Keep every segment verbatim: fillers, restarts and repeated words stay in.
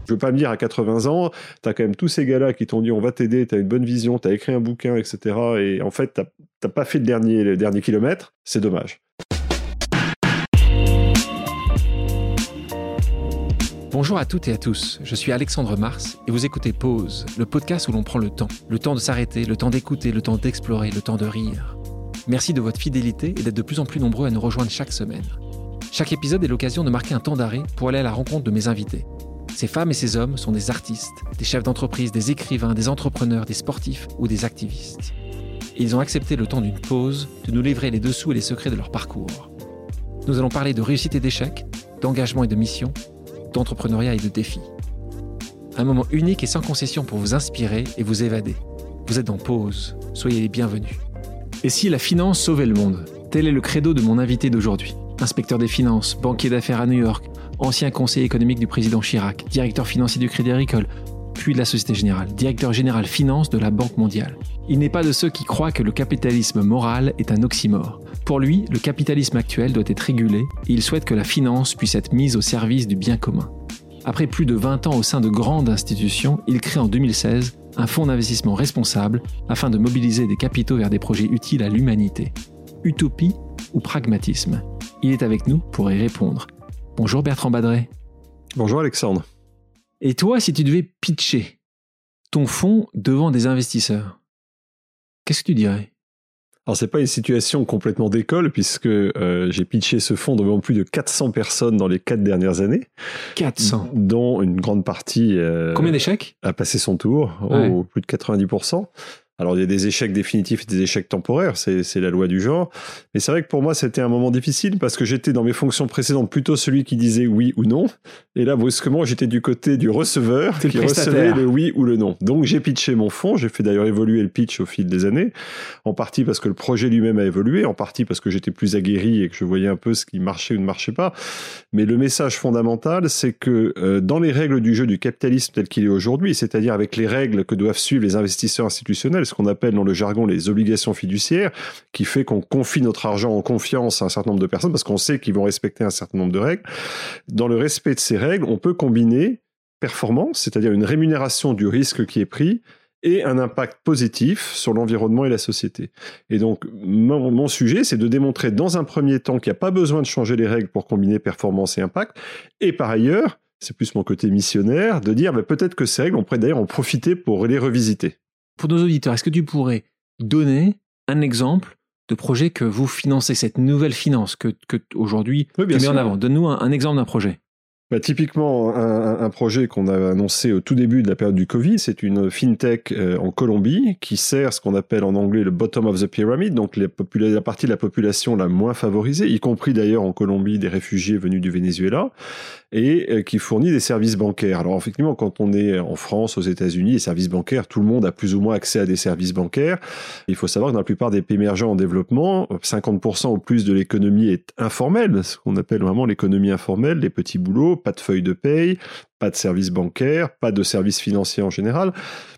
Je veux pas me dire à quatre-vingts ans, tu as quand même tous ces gars-là qui t'ont dit on va t'aider, tu as une bonne vision, tu as écrit un bouquin, et cetera. Et en fait, tu n'as pas fait le dernier, le dernier kilomètre. C'est dommage. Bonjour à toutes et à tous, je suis Alexandre Mars et vous écoutez Pause, le podcast où l'on prend le temps. Le temps de s'arrêter, le temps d'écouter, le temps d'explorer, le temps de rire. Merci de votre fidélité et d'être de plus en plus nombreux à nous rejoindre chaque semaine. Chaque épisode est l'occasion de marquer un temps d'arrêt pour aller à la rencontre de mes invités. Ces femmes et ces hommes sont des artistes, des chefs d'entreprise, des écrivains, des entrepreneurs, des sportifs ou des activistes. Et ils ont accepté le temps d'une pause de nous livrer les dessous et les secrets de leur parcours. Nous allons parler de réussite et d'échec, d'engagement et de mission, d'entrepreneuriat et de défis. Un moment unique et sans concession pour vous inspirer et vous évader. Vous êtes en pause, soyez les bienvenus. Et si la finance sauvait le monde ? Tel est le credo de mon invité d'aujourd'hui. Inspecteur des finances, banquier d'affaires à New York, ancien conseiller économique du président Chirac, directeur financier du Crédit Agricole, puis de la Société Générale, directeur général finance de la Banque mondiale. Il n'est pas de ceux qui croient que le capitalisme moral est un oxymore. Pour lui, le capitalisme actuel doit être régulé et il souhaite que la finance puisse être mise au service du bien commun. Après plus de vingt ans au sein de grandes institutions, il crée en deux mille seize un fonds d'investissement responsable afin de mobiliser des capitaux vers des projets utiles à l'humanité. Utopie ou pragmatisme ? Il est avec nous pour y répondre. Bonjour Bertrand Badret. Bonjour Alexandre. Et toi, si tu devais pitcher ton fonds devant des investisseurs, qu'est-ce que tu dirais ? Alors, c'est pas une situation complètement d'école, puisque euh, j'ai pitché ce fonds devant plus de quatre cents personnes dans les quatre dernières années. quatre cents Dont une grande partie euh, Combien d'échecs a passé son tour, ouais. au plus de quatre-vingt-dix pour cent. Alors, il y a des échecs définitifs et des échecs temporaires, c'est, c'est la loi du genre. Mais c'est vrai que pour moi, c'était un moment difficile parce que j'étais dans mes fonctions précédentes plutôt celui qui disait oui ou non. Et là, brusquement, j'étais du côté du receveur T'es qui le recevait le oui ou le non. Donc, j'ai pitché mon fonds. J'ai fait d'ailleurs évoluer le pitch au fil des années. En partie parce que le projet lui-même a évolué, en partie parce que j'étais plus aguerri et que je voyais un peu ce qui marchait ou ne marchait pas. Mais le message fondamental, c'est que euh, dans les règles du jeu du capitalisme tel qu'il est aujourd'hui, c'est-à-dire avec les règles que doivent suivre les investisseurs institutionnels, ce qu'on appelle dans le jargon les obligations fiduciaires, qui fait qu'on confie notre argent en confiance à un certain nombre de personnes parce qu'on sait qu'ils vont respecter un certain nombre de règles. Dans le respect de ces règles, on peut combiner performance, c'est-à-dire une rémunération du risque qui est pris, et un impact positif sur l'environnement et la société. Et donc, mon, mon sujet, c'est de démontrer dans un premier temps qu'il n'y a pas besoin de changer les règles pour combiner performance et impact, et par ailleurs, c'est plus mon côté missionnaire, de dire bah, peut-être que ces règles, on pourrait d'ailleurs en profiter pour les revisiter. Pour nos auditeurs, est-ce que tu pourrais donner un exemple de projet que vous financez, cette nouvelle finance que, que aujourd'hui oui, bien tu mets sûr. en avant ? Donne-nous un, un exemple d'un projet. Bah, typiquement, un, un projet qu'on a annoncé au tout début de la période du Covid, c'est une fintech euh, en Colombie qui sert ce qu'on appelle en anglais le bottom of the pyramid, donc les popula- la partie de la population la moins favorisée, y compris d'ailleurs en Colombie des réfugiés venus du Venezuela, et euh, qui fournit des services bancaires. Alors effectivement, quand on est en France, aux États-Unis, les services bancaires, tout le monde a plus ou moins accès à des services bancaires. Il faut savoir que dans la plupart des pays émergents en développement, cinquante pour cent ou plus de l'économie est informelle, ce qu'on appelle vraiment l'économie informelle, les petits boulots, pas de feuilles de paye, pas de services bancaires, pas de services financiers en général.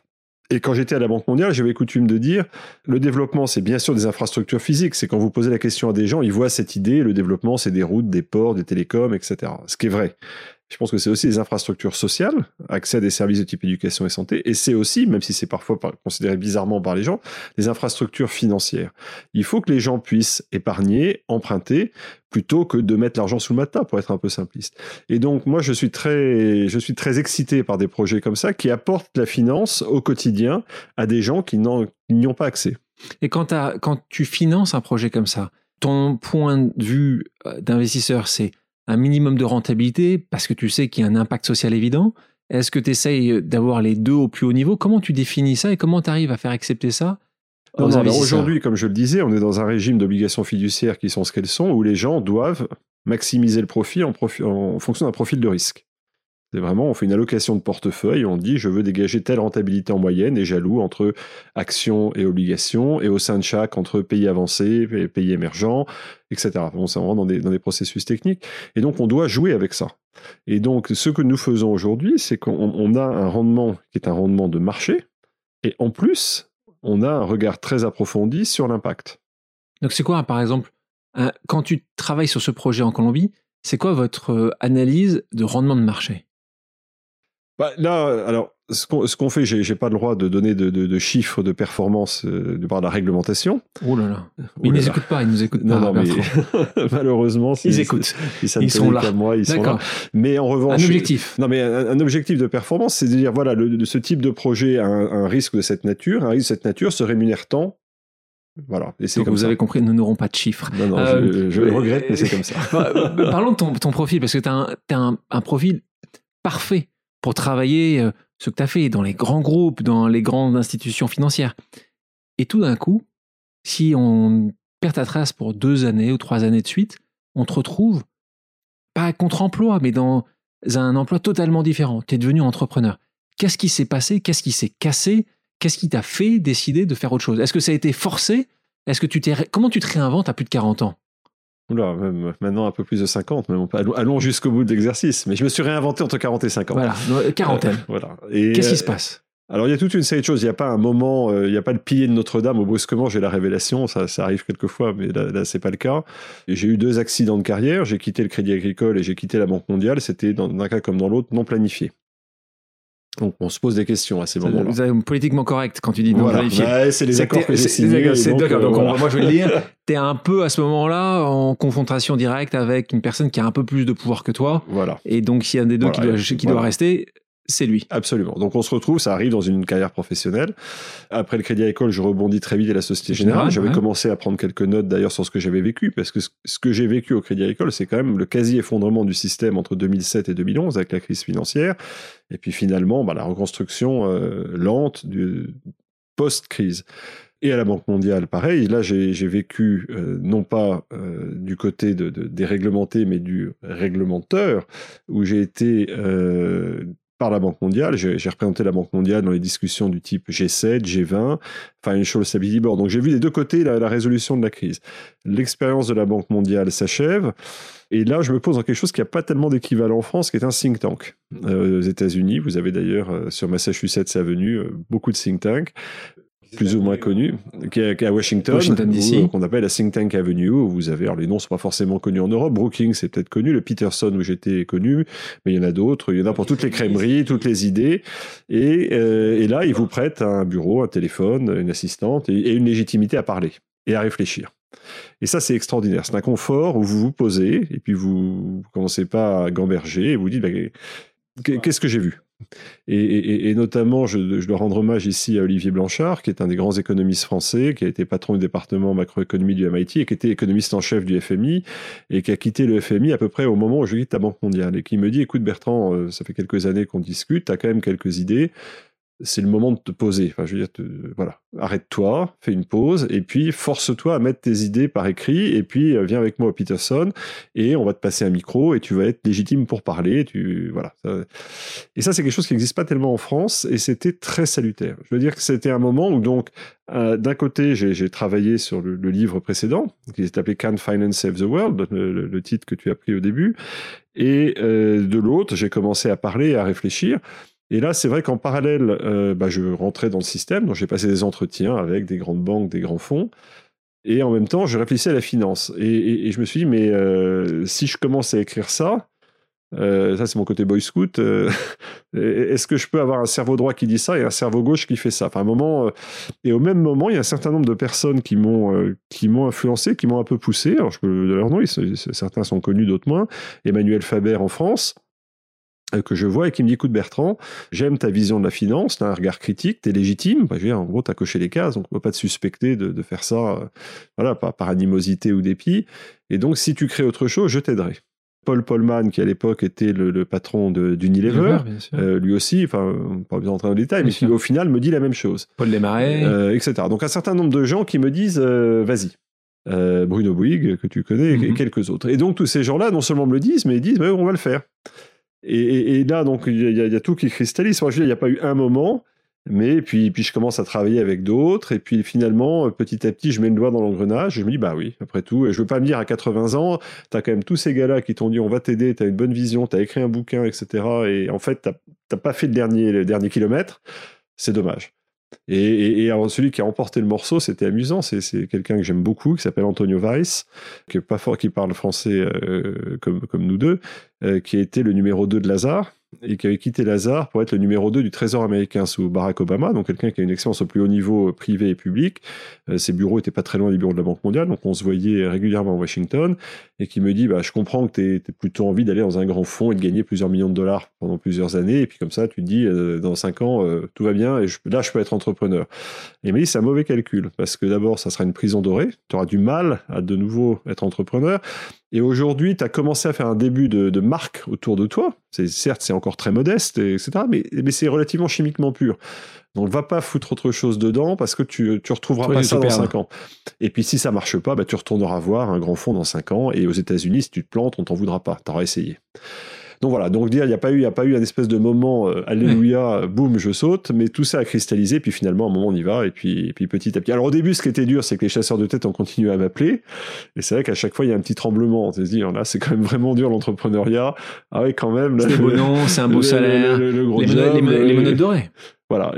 Et quand j'étais à la Banque mondiale, j'avais coutume de dire, le développement, c'est bien sûr des infrastructures physiques. C'est quand vous posez la question à des gens, ils voient cette idée, le développement, c'est des routes, des ports, des télécoms, et cetera. Ce qui est vrai. Je pense que c'est aussi des infrastructures sociales, accès à des services de type éducation et santé, et c'est aussi, même si c'est parfois considéré bizarrement par les gens, des infrastructures financières. Il faut que les gens puissent épargner, emprunter, plutôt que de mettre l'argent sous le matelas, pour être un peu simpliste. Et donc, moi, je suis très, je suis très excité par des projets comme ça, qui apportent la finance au quotidien à des gens qui n'en, qui n'y ont pas accès. Et quand, quand tu finances un projet comme ça, ton point de vue d'investisseur, c'est un minimum de rentabilité parce que tu sais qu'il y a un impact social évident. Est-ce que tu essayes d'avoir les deux au plus haut niveau ? Comment tu définis ça et comment tu arrives à faire accepter ça ? Non, non, alors aujourd'hui, comme je le disais, on est dans un régime d'obligations fiduciaires qui sont ce qu'elles sont, où les gens doivent maximiser le profit en, profi- en fonction d'un profil de risque. C'est vraiment, on fait une allocation de portefeuille, on dit je veux dégager telle rentabilité en moyenne et j'alloue entre actions et obligations, et au sein de chaque, entre pays avancés et pays émergents, et cetera. Bon, c'est vraiment dans des, dans des processus techniques. Et donc, on doit jouer avec ça. Et donc, ce que nous faisons aujourd'hui, c'est qu'on on a un rendement qui est un rendement de marché, et en plus, on a un regard très approfondi sur l'impact. Donc, c'est quoi, par exemple, un, quand tu travailles sur ce projet en Colombie, c'est quoi votre analyse de rendement de marché ? Bah, là, alors, ce qu'on, ce qu'on fait, j'ai, j'ai pas le droit de donner de, de, de chiffres de performance euh, de par la réglementation. Oh là là. Mais ils ne nous écoutent pas, ils nous écoutent non, pas. Non, mais malheureusement, ils c'est, écoutent. C'est, ça ils sont là. Moi, ils D'accord. sont là. Mais en revanche. Un objectif. Non, mais un, un objectif de performance, c'est de dire, voilà, le, de ce type de projet a un, un risque de cette nature. Un risque de cette nature se rémunère tant. Voilà. Et c'est Donc comme vous ça. avez compris, nous n'aurons pas de chiffres. Non, non, euh, je, je euh, regrette, mais c'est comme ça. Parlons de ton, ton profil, parce que tu as un, t'as un, un profil parfait pour travailler euh, ce que tu as fait dans les grands groupes, dans les grandes institutions financières. Et tout d'un coup, si on perd ta trace pour deux années ou trois années de suite, on te retrouve, pas à contre-emploi, mais dans un emploi totalement différent. Tu es devenu entrepreneur. Qu'est-ce qui s'est passé? Qu'est-ce qui s'est cassé? Qu'est-ce qui t'a fait décider de faire autre chose? Est-ce que ça a été forcé? Est-ce que tu t'es... Comment tu te réinventes à plus de quarante ans? Oula, même maintenant un peu plus de cinquante, mais bon, allons jusqu'au bout de l'exercice. Mais je me suis réinventé entre quarante et cinquante. Voilà, quarantaine. Euh, voilà. Et qu'est-ce euh, qui se passe? Alors, il y a toute une série de choses. Il n'y a pas un moment, euh, il n'y a pas le pilier de Notre-Dame où brusquement j'ai la révélation. Ça, ça arrive quelquefois, mais là, là c'est pas le cas. Et j'ai eu deux accidents de carrière. J'ai quitté le Crédit Agricole et j'ai quitté la Banque mondiale. C'était, dans un cas comme dans l'autre, non planifié. Donc, on se pose des questions à ces moments-là. Vous avez politiquement correct quand tu dis non voilà. planifié. Ouais, c'est les c'est accords que, que j'ai signés. C'est donc, d'accord. Euh, donc voilà. Moi, je vais le dire. Tu es un peu à ce moment-là en confrontation directe avec une personne qui a un peu plus de pouvoir que toi. Voilà. Et donc, s'il y a un des deux voilà. qui, doit, qui voilà. doit rester, c'est lui. Absolument. Donc, on se retrouve, ça arrive dans une carrière professionnelle. Après le Crédit Agricole, je rebondis très vite à la Société Générale. J'avais ouais. commencé à prendre quelques notes d'ailleurs sur ce que j'avais vécu, parce que ce que j'ai vécu au Crédit Agricole, c'est quand même le quasi-effondrement du système entre deux mille sept et deux mille onze avec la crise financière. Et puis finalement, bah, la reconstruction euh, lente du post-crise. Et à la Banque mondiale, pareil. Là, j'ai, j'ai vécu euh, non pas euh, du côté de, de, des réglementés, mais du réglementeur, où j'ai été... Euh, par la Banque mondiale, j'ai, j'ai représenté la Banque mondiale dans les discussions du type G sept, G vingt, Financial Stability Board. Donc j'ai vu des deux côtés la, la résolution de la crise. L'expérience de la Banque mondiale s'achève, et là je me pose dans quelque chose qui n'a pas tellement d'équivalent en France, qui est un think tank. Euh, aux États-Unis, vous avez d'ailleurs euh, sur Massachusetts Avenue euh, beaucoup de think tanks, plus ou moins connu, qui est à Washington, Washington D C, où, qu'on appelle la Think Tank Avenue, où vous avez, alors les noms ne sont pas forcément connus en Europe, Brookings c'est peut-être connu, le Peterson où j'étais connu, mais il y en a d'autres, il y en a pour toutes les crèmeries, toutes les idées, et, euh, et là, ils vous prêtent un bureau, un téléphone, une assistante, et, et une légitimité à parler, et à réfléchir. Et ça, c'est extraordinaire. C'est un confort où vous vous posez, et puis vous ne commencez pas à gamberger, et vous dites, bah, qu'est-ce que j'ai vu ? Et, et, et notamment, je, je dois rendre hommage ici à Olivier Blanchard, qui est un des grands économistes français, qui a été patron du département macroéconomie du M I T et qui était économiste en chef du F M I et qui a quitté le F M I à peu près au moment où je quitte la Banque mondiale et qui me dit, écoute Bertrand, euh, ça fait quelques années qu'on discute, tu as quand même quelques idées, c'est le moment de te poser. Enfin, je veux dire, te, voilà, arrête-toi, fais une pause, et puis force-toi à mettre tes idées par écrit, et puis euh, viens avec moi au Peterson, et on va te passer un micro, et tu vas être légitime pour parler. Tu, voilà. Et ça, c'est quelque chose qui n'existe pas tellement en France, et c'était très salutaire. Je veux dire que c'était un moment où, donc, euh, d'un côté, j'ai, j'ai travaillé sur le, le livre précédent, qui s'est appelé Can Finance Save the World, le, le, le titre que tu as pris au début, et euh, de l'autre, j'ai commencé à parler et à réfléchir. Et là, c'est vrai qu'en parallèle, euh, bah, je rentrais dans le système, donc j'ai passé des entretiens avec des grandes banques, des grands fonds, et en même temps, je réfléchissais à la finance. Et, et, et je me suis dit, mais euh, si je commence à écrire ça, euh, ça c'est mon côté boy scout, euh, est-ce que je peux avoir un cerveau droit qui dit ça et un cerveau gauche qui fait ça? Enfin, un moment, euh, et au même moment, il y a un certain nombre de personnes qui m'ont, euh, qui m'ont influencé, qui m'ont un peu poussé. Alors, je peux de leur nom, ils, certains sont connus, d'autres moins. Emmanuel Faber en France, que je vois et qui me dit, écoute Bertrand, j'aime ta vision de la finance, tu as un regard critique, tu es légitime, bah, je veux dire, en gros tu as coché les cases, donc on ne peut pas te suspecter de, de faire ça euh, voilà, par, par animosité ou dépit, et donc si tu crées autre chose, je t'aiderai. Paul Polman, qui à l'époque était le, le patron de, d'Unilever, euh, lui aussi, enfin, on ne va pas bien rentrer dans le détail, bien mais sûr. Qui au final me dit la même chose. Paul Desmarais. Euh, et cetera. Donc un certain nombre de gens qui me disent, euh, vas-y. Euh, Bruno Bouygues, que tu connais, mm-hmm. et quelques autres. Et donc tous ces gens-là, non seulement me le disent, mais ils disent, bah, on va le faire. Et, et, et là, donc, il y, y, y a tout qui cristallise. Moi, je veux dire, il n'y a pas eu un moment, mais puis, puis je commence à travailler avec d'autres. Et puis finalement, petit à petit, je mets le doigt dans l'engrenage. Et je me dis, bah oui, après tout, et je ne veux pas me dire à quatre-vingts ans, tu as quand même tous ces gars-là qui t'ont dit, on va t'aider, tu as une bonne vision, tu as écrit un bouquin, et cetera. Et en fait, tu n'as pas fait le dernier, le dernier kilomètre. C'est dommage. Et, et, et alors celui qui a emporté le morceau, c'était amusant, c'est, c'est quelqu'un que j'aime beaucoup, qui s'appelle Antonio Weiss, qui est pas fort, qui parle français euh, comme, comme nous deux, euh, qui a été le numéro deux de Lazare, et qui avait quitté Lazare pour être le numéro deux du Trésor américain sous Barack Obama, donc quelqu'un qui a une expérience au plus haut niveau privé et public. Euh, ses bureaux étaient pas très loin des bureaux de la Banque mondiale, donc on se voyait régulièrement à Washington, et qui me dit bah, « Je comprends que tu as plutôt envie d'aller dans un grand fonds et de gagner plusieurs millions de dollars pendant plusieurs années, et puis comme ça, tu te dis euh, dans cinq ans, euh, tout va bien, et je, là, je peux être entrepreneur. » Et il m'a dit « C'est un mauvais calcul, parce que d'abord, ça sera une prison dorée, tu auras du mal à de nouveau être entrepreneur, et aujourd'hui, tu as commencé à faire un début de, de marque autour de toi. C'est, certes, c'est encore très modeste, et, etc., mais, mais c'est relativement chimiquement pur. Donc, va pas foutre autre chose dedans parce que tu tu retrouveras oui, pas ça dans cinq ans. Et puis, si ça marche pas, bah, tu retourneras voir un grand fonds dans cinq ans. Et aux États-Unis, si tu te plantes, on t'en voudra pas. Tu auras essayé. Donc voilà, donc dire il n'y a pas eu, il y a pas eu un espèce de moment euh, alléluia, oui. boum, je saute, mais tout ça a cristallisé, puis finalement, à un moment, on y va, et puis, et puis petit à petit. Alors au début, ce qui était dur, c'est que les chasseurs de tête ont continué à m'appeler, et c'est vrai qu'à chaque fois, il y a un petit tremblement. On se dit, là, c'est quand même vraiment dur l'entrepreneuriat. Ah oui, quand même. C'est des beaux noms, c'est un beau le, salaire, le, le, le gros les, job, les, les, les menottes dorées. Voilà.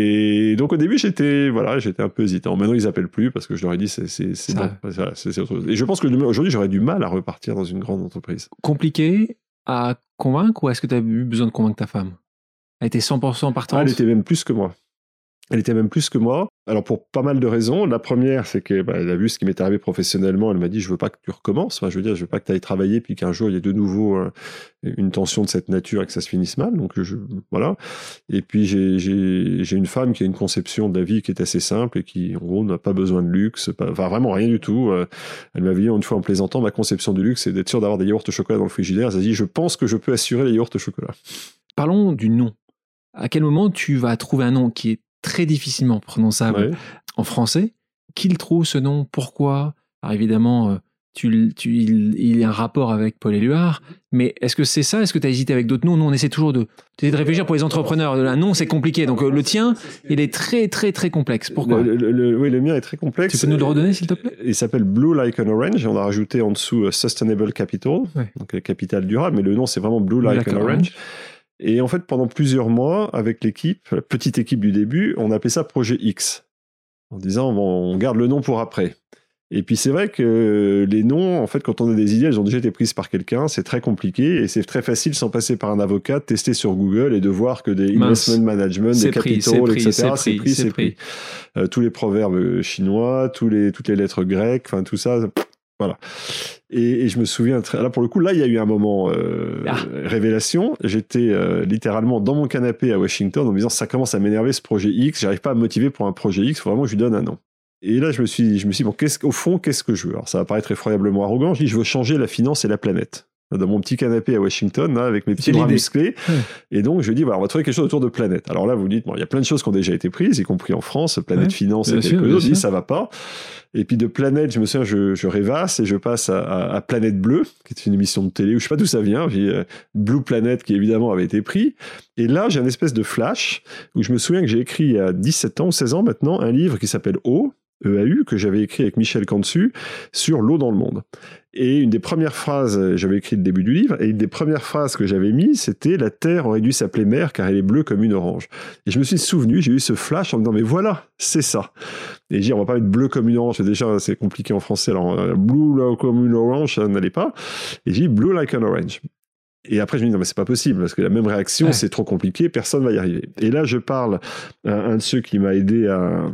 Et donc au début, j'étais, voilà, j'étais un peu hésitant. Maintenant, ils appellent plus parce que je leur ai dit, c'est, c'est, c'est bon. Voilà, c'est, c'est autre chose. Et je pense que aujourd'hui, j'aurais du mal à repartir dans une grande entreprise. Compliqué à convaincre, ou est-ce que tu as eu besoin de convaincre ta femme? Elle était cent pour cent partante? Ah, elle était même plus que moi. Elle était même plus que moi. Alors, pour pas mal de raisons. La première, c'est qu'elle bah, a vu ce qui m'est arrivé professionnellement. Elle m'a dit, je veux pas que tu recommences. Enfin, je veux dire, je veux pas que tu ailles travailler puis qu'un jour, il y ait de nouveau euh, une tension de cette nature et que ça se finisse mal. Donc, je, voilà. Et puis, j'ai, j'ai, j'ai une femme qui a une conception de la vie qui est assez simple et qui, en gros, n'a pas besoin de luxe. Pas, enfin, vraiment rien du tout. Euh, elle m'avait dit, une fois en plaisantant, ma conception du luxe, c'est d'être sûr d'avoir des yaourts au chocolat dans le frigidaire. Elle a dit, je pense que je peux assurer les yaourts au chocolat. Parlons du nom. À quel moment tu vas trouver un nom qui est très difficilement prononçable ouais. en français? Qui le trouve, ce nom? Pourquoi? Alors évidemment, tu, tu, il, il y a un rapport avec Paul Éluard, mais est-ce que c'est ça? Est-ce que tu as hésité avec d'autres noms? Nous, on essaie toujours de, de réfléchir pour les entrepreneurs. Un nom, c'est compliqué. Donc le tien, il est très, très, très complexe. Pourquoi? le, le, le, Oui, le mien est très complexe. Tu peux nous le redonner, s'il te plaît? Il s'appelle Blue Like an Orange. On a rajouté en dessous uh, Sustainable Capital, ouais. donc capital durable, mais le nom, c'est vraiment Blue Like, like an Orange. orange. Et en fait, pendant plusieurs mois, avec l'équipe, la petite équipe du début, on appelait ça Projet X, en disant, bon, on garde le nom pour après. Et puis c'est vrai que les noms, en fait, quand on a des idées, elles ont déjà été prises par quelqu'un, c'est très compliqué, et c'est très facile, sans passer par un avocat, de tester sur Google et de voir que des Mince. investment management, c'est des pris, capitals, et cetera, c'est pris, c'est pris. Euh, tous les proverbes chinois, tous les, toutes les lettres grecques, enfin tout ça... Voilà. Et, et je me souviens, très, là pour le coup, là il y a eu un moment euh, ah. révélation. J'étais euh, littéralement dans mon canapé à Washington en me disant ça commence à m'énerver ce projet X, j'arrive pas à me motiver pour un projet X, faut vraiment que je lui donne un nom. Et là je me suis, je me suis dit, bon, qu'est-ce, au fond, qu'est-ce que je veux? Alors ça va paraître effroyablement arrogant, je dis je veux changer la finance et la planète. Dans mon petit canapé à Washington, là, avec mes petits bras musclés. Hum. Et donc, je dis, voilà, on va trouver quelque chose autour de planète. Alors là, vous dites, bon, il y a plein de choses qui ont déjà été prises, y compris en France, Planète ouais, Finance et quelques autres. Je dis, ça va pas. Et puis de Planète, je me souviens, je, je rêvasse et je passe à, à, à Planète Bleue, qui est une émission de télé où je sais pas d'où ça vient. J'ai euh, Blue Planet, qui évidemment avait été pris. Et là, j'ai un espèce de flash où je me souviens que j'ai écrit il y a dix-sept ans ou seize ans maintenant un livre qui s'appelle Eau, E A U, que j'avais écrit avec Michel Cantu sur l'eau dans le monde. Et une des premières phrases, j'avais écrit le début du livre, et une des premières phrases que j'avais mis, c'était « La Terre aurait dû s'appeler mer car elle est bleue comme une orange ». Et je me suis souvenu, j'ai eu ce flash en me disant « Mais voilà, c'est ça ». Et j'ai dit « On va pas mettre bleu comme une orange », déjà c'est compliqué en français, alors « Blue comme une orange », ça n'allait pas. Et j'ai dit « Blue like an orange ». Et après, je me dis, non, mais c'est pas possible, parce que la même réaction, ouais. c'est trop compliqué, personne va y arriver. Et là, je parle à un de ceux qui m'a aidé à...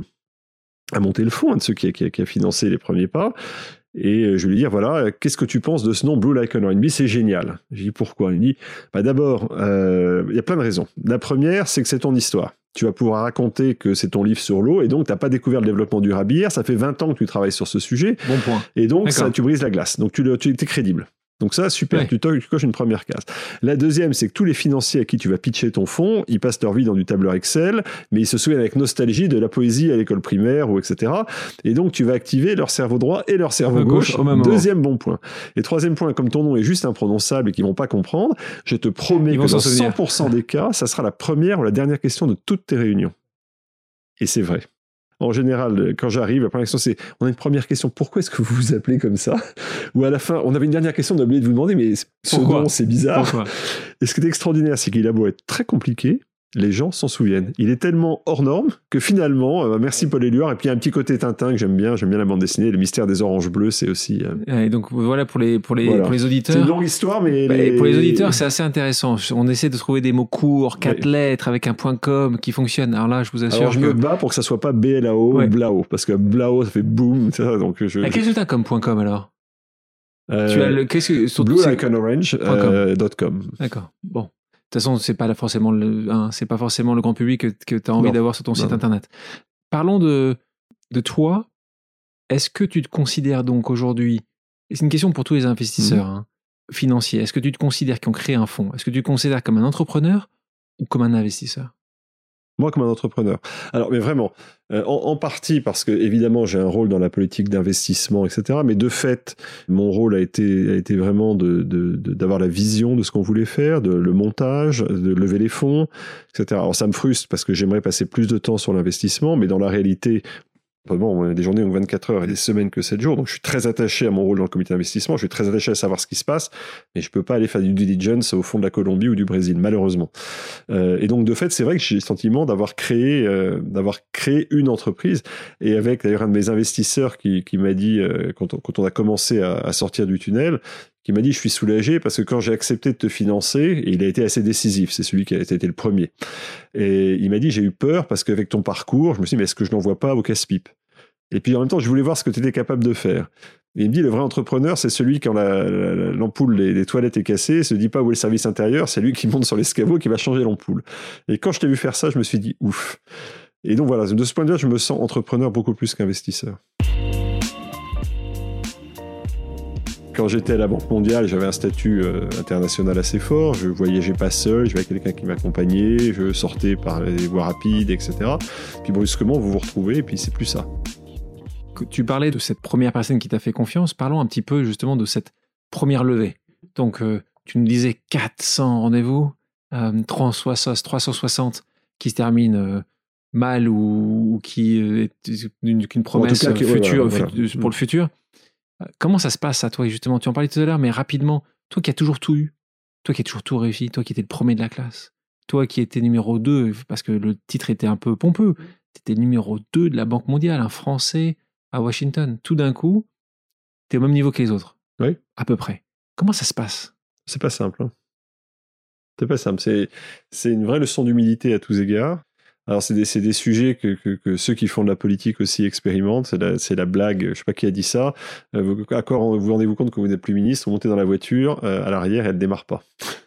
à monter le fonds, un de ceux qui a, qui, a, qui a financé les premiers pas, et je lui dis, voilà, qu'est-ce que tu penses de ce nom Blue Like an Orange? Il me dit, c'est génial. Je dis, pourquoi? Il me dit, bah d'abord, euh, il y a plein de raisons. La première, c'est que c'est ton histoire. Tu vas pouvoir raconter que c'est ton livre sur l'eau, et donc tu n'as pas découvert le développement durable hier, ça fait vingt ans que tu travailles sur ce sujet, bon point. Et donc ça, tu brises la glace, donc tu, le, tu es crédible. Donc ça, super, ouais. tu, to- tu coches une première case. La deuxième, c'est que tous les financiers à qui tu vas pitcher ton fonds, ils passent leur vie dans du tableur Excel, mais ils se souviennent avec nostalgie de la poésie à l'école primaire, ou et cetera. Et donc, tu vas activer leur cerveau droit et leur cerveau gauche. gauche deuxième bon point. Et troisième point, comme ton nom est juste imprononçable et qu'ils vont pas comprendre, je te promets ils que dans cent pour cent des cas, ça sera la première ou la dernière question de toutes tes réunions. Et c'est vrai. En général, quand j'arrive, la première question, c'est on a une première question, pourquoi est-ce que vous vous appelez comme ça? Ou à la fin, on avait une dernière question, on a oublié de vous demander, mais ce nom, c'est bizarre. Pourquoi? Et ce qui est extraordinaire, c'est qu'il a beau être très compliqué, les gens s'en souviennent. Il est tellement hors norme que finalement, euh, merci Paul Éluard, et puis il y a un petit côté Tintin que j'aime bien, j'aime bien la bande dessinée, le mystère des oranges bleues, c'est aussi... Euh... Et donc voilà pour les, pour les, voilà. pour les auditeurs. C'est une longue histoire, mais... Bah, les... Pour les auditeurs, c'est assez intéressant. On essaie de trouver des mots courts, quatre ouais. lettres, avec un point com qui fonctionne. Alors là, je vous assure Alors, je que... me bats pour que ça soit pas B L A O ouais. ou Blao, parce que Blao, ça fait boum, ça, donc je... À quel résultat comme point .com alors euh, Tu as le... Qu'est-ce que... Surtout, Blue like an orange, euh, .com. D'accord, bon. De toute façon, c'est pas forcément le, hein, c'est pas forcément le grand public que, que tu as envie non. d'avoir sur ton site non. internet. Parlons de, de toi. Est-ce que tu te considères donc aujourd'hui, et c'est une question pour tous les investisseurs mmh. hein, financiers, est-ce que tu te considères qui ont créé un fonds? Est-ce que tu te considères comme un entrepreneur ou comme un investisseur? Moi, comme un entrepreneur. Alors, mais vraiment, euh, en, en partie parce que, évidemment, j'ai un rôle dans la politique d'investissement, et cetera. Mais de fait, mon rôle a été, a été vraiment de, de, de, d'avoir la vision de ce qu'on voulait faire, de le montage, de lever les fonds, et cetera. Alors, ça me frustre parce que j'aimerais passer plus de temps sur l'investissement, mais dans la réalité... Bon, des journées ont vingt-quatre heures et des semaines que sept jours, donc je suis très attaché à mon rôle dans le comité d'investissement, je suis très attaché à savoir ce qui se passe, mais je peux pas aller faire du due diligence au fond de la Colombie ou du Brésil, malheureusement. Euh, et donc, de fait, c'est vrai que j'ai le sentiment d'avoir créé, euh, d'avoir créé une entreprise, et avec d'ailleurs un de mes investisseurs qui, qui m'a dit, euh, quand, on, quand on a commencé à, à sortir du tunnel, qui m'a dit, je suis soulagé parce que quand j'ai accepté de te financer, et il a été assez décisif, c'est celui qui a été le premier, et il m'a dit, j'ai eu peur parce qu'avec ton parcours, je me suis dit, mais est-ce que je n'envoie pas au casse-pipe? Et puis en même temps, je voulais voir ce que tu étais capable de faire. Et il me dit, le vrai entrepreneur, c'est celui quand la, la, l'ampoule des, des toilettes est cassée, se dit pas où est le service intérieur, c'est lui qui monte sur l'escabeau qui va changer l'ampoule. Et quand je t'ai vu faire ça, je me suis dit, ouf. Et donc voilà, de ce point de vue, je me sens entrepreneur beaucoup plus qu'investisseur. Quand j'étais à la Banque mondiale, j'avais un statut euh, international assez fort. Je voyageais pas seul, j'avais quelqu'un qui m'accompagnait, je sortais par les voies rapides, et cetera. Puis brusquement, vous vous retrouvez, et puis c'est plus ça. Tu parlais de cette première personne qui t'a fait confiance. Parlons un petit peu justement de cette première levée. Donc, euh, tu nous disais quatre cents rendez-vous, euh, trois cent soixante qui se terminent euh, mal ou, ou qui euh, est une, une promesse cas, future, ouais, voilà, voilà. pour le futur. Comment ça se passe à toi justement? Tu en parlais tout à l'heure, mais rapidement, toi qui as toujours tout eu, toi qui as toujours tout réussi, toi qui étais le premier de la classe, toi qui étais numéro deux, parce que le titre était un peu pompeux, tu étais numéro deux de la Banque mondiale, un Français à Washington. Tout d'un coup, tu es au même niveau que les autres. Oui. À peu près. Comment ça se passe? C'est pas simple. Hein. C'est pas simple. C'est, c'est une vraie leçon d'humilité à tous égards. Alors, c'est des, c'est des sujets que, que, que ceux qui font de la politique aussi expérimentent. C'est la, c'est la blague, je sais pas qui a dit ça. Euh, vous, d'accord, vous rendez-vous compte que vous n'êtes plus ministre, vous montez dans la voiture, euh, à l'arrière, elle ne démarre pas.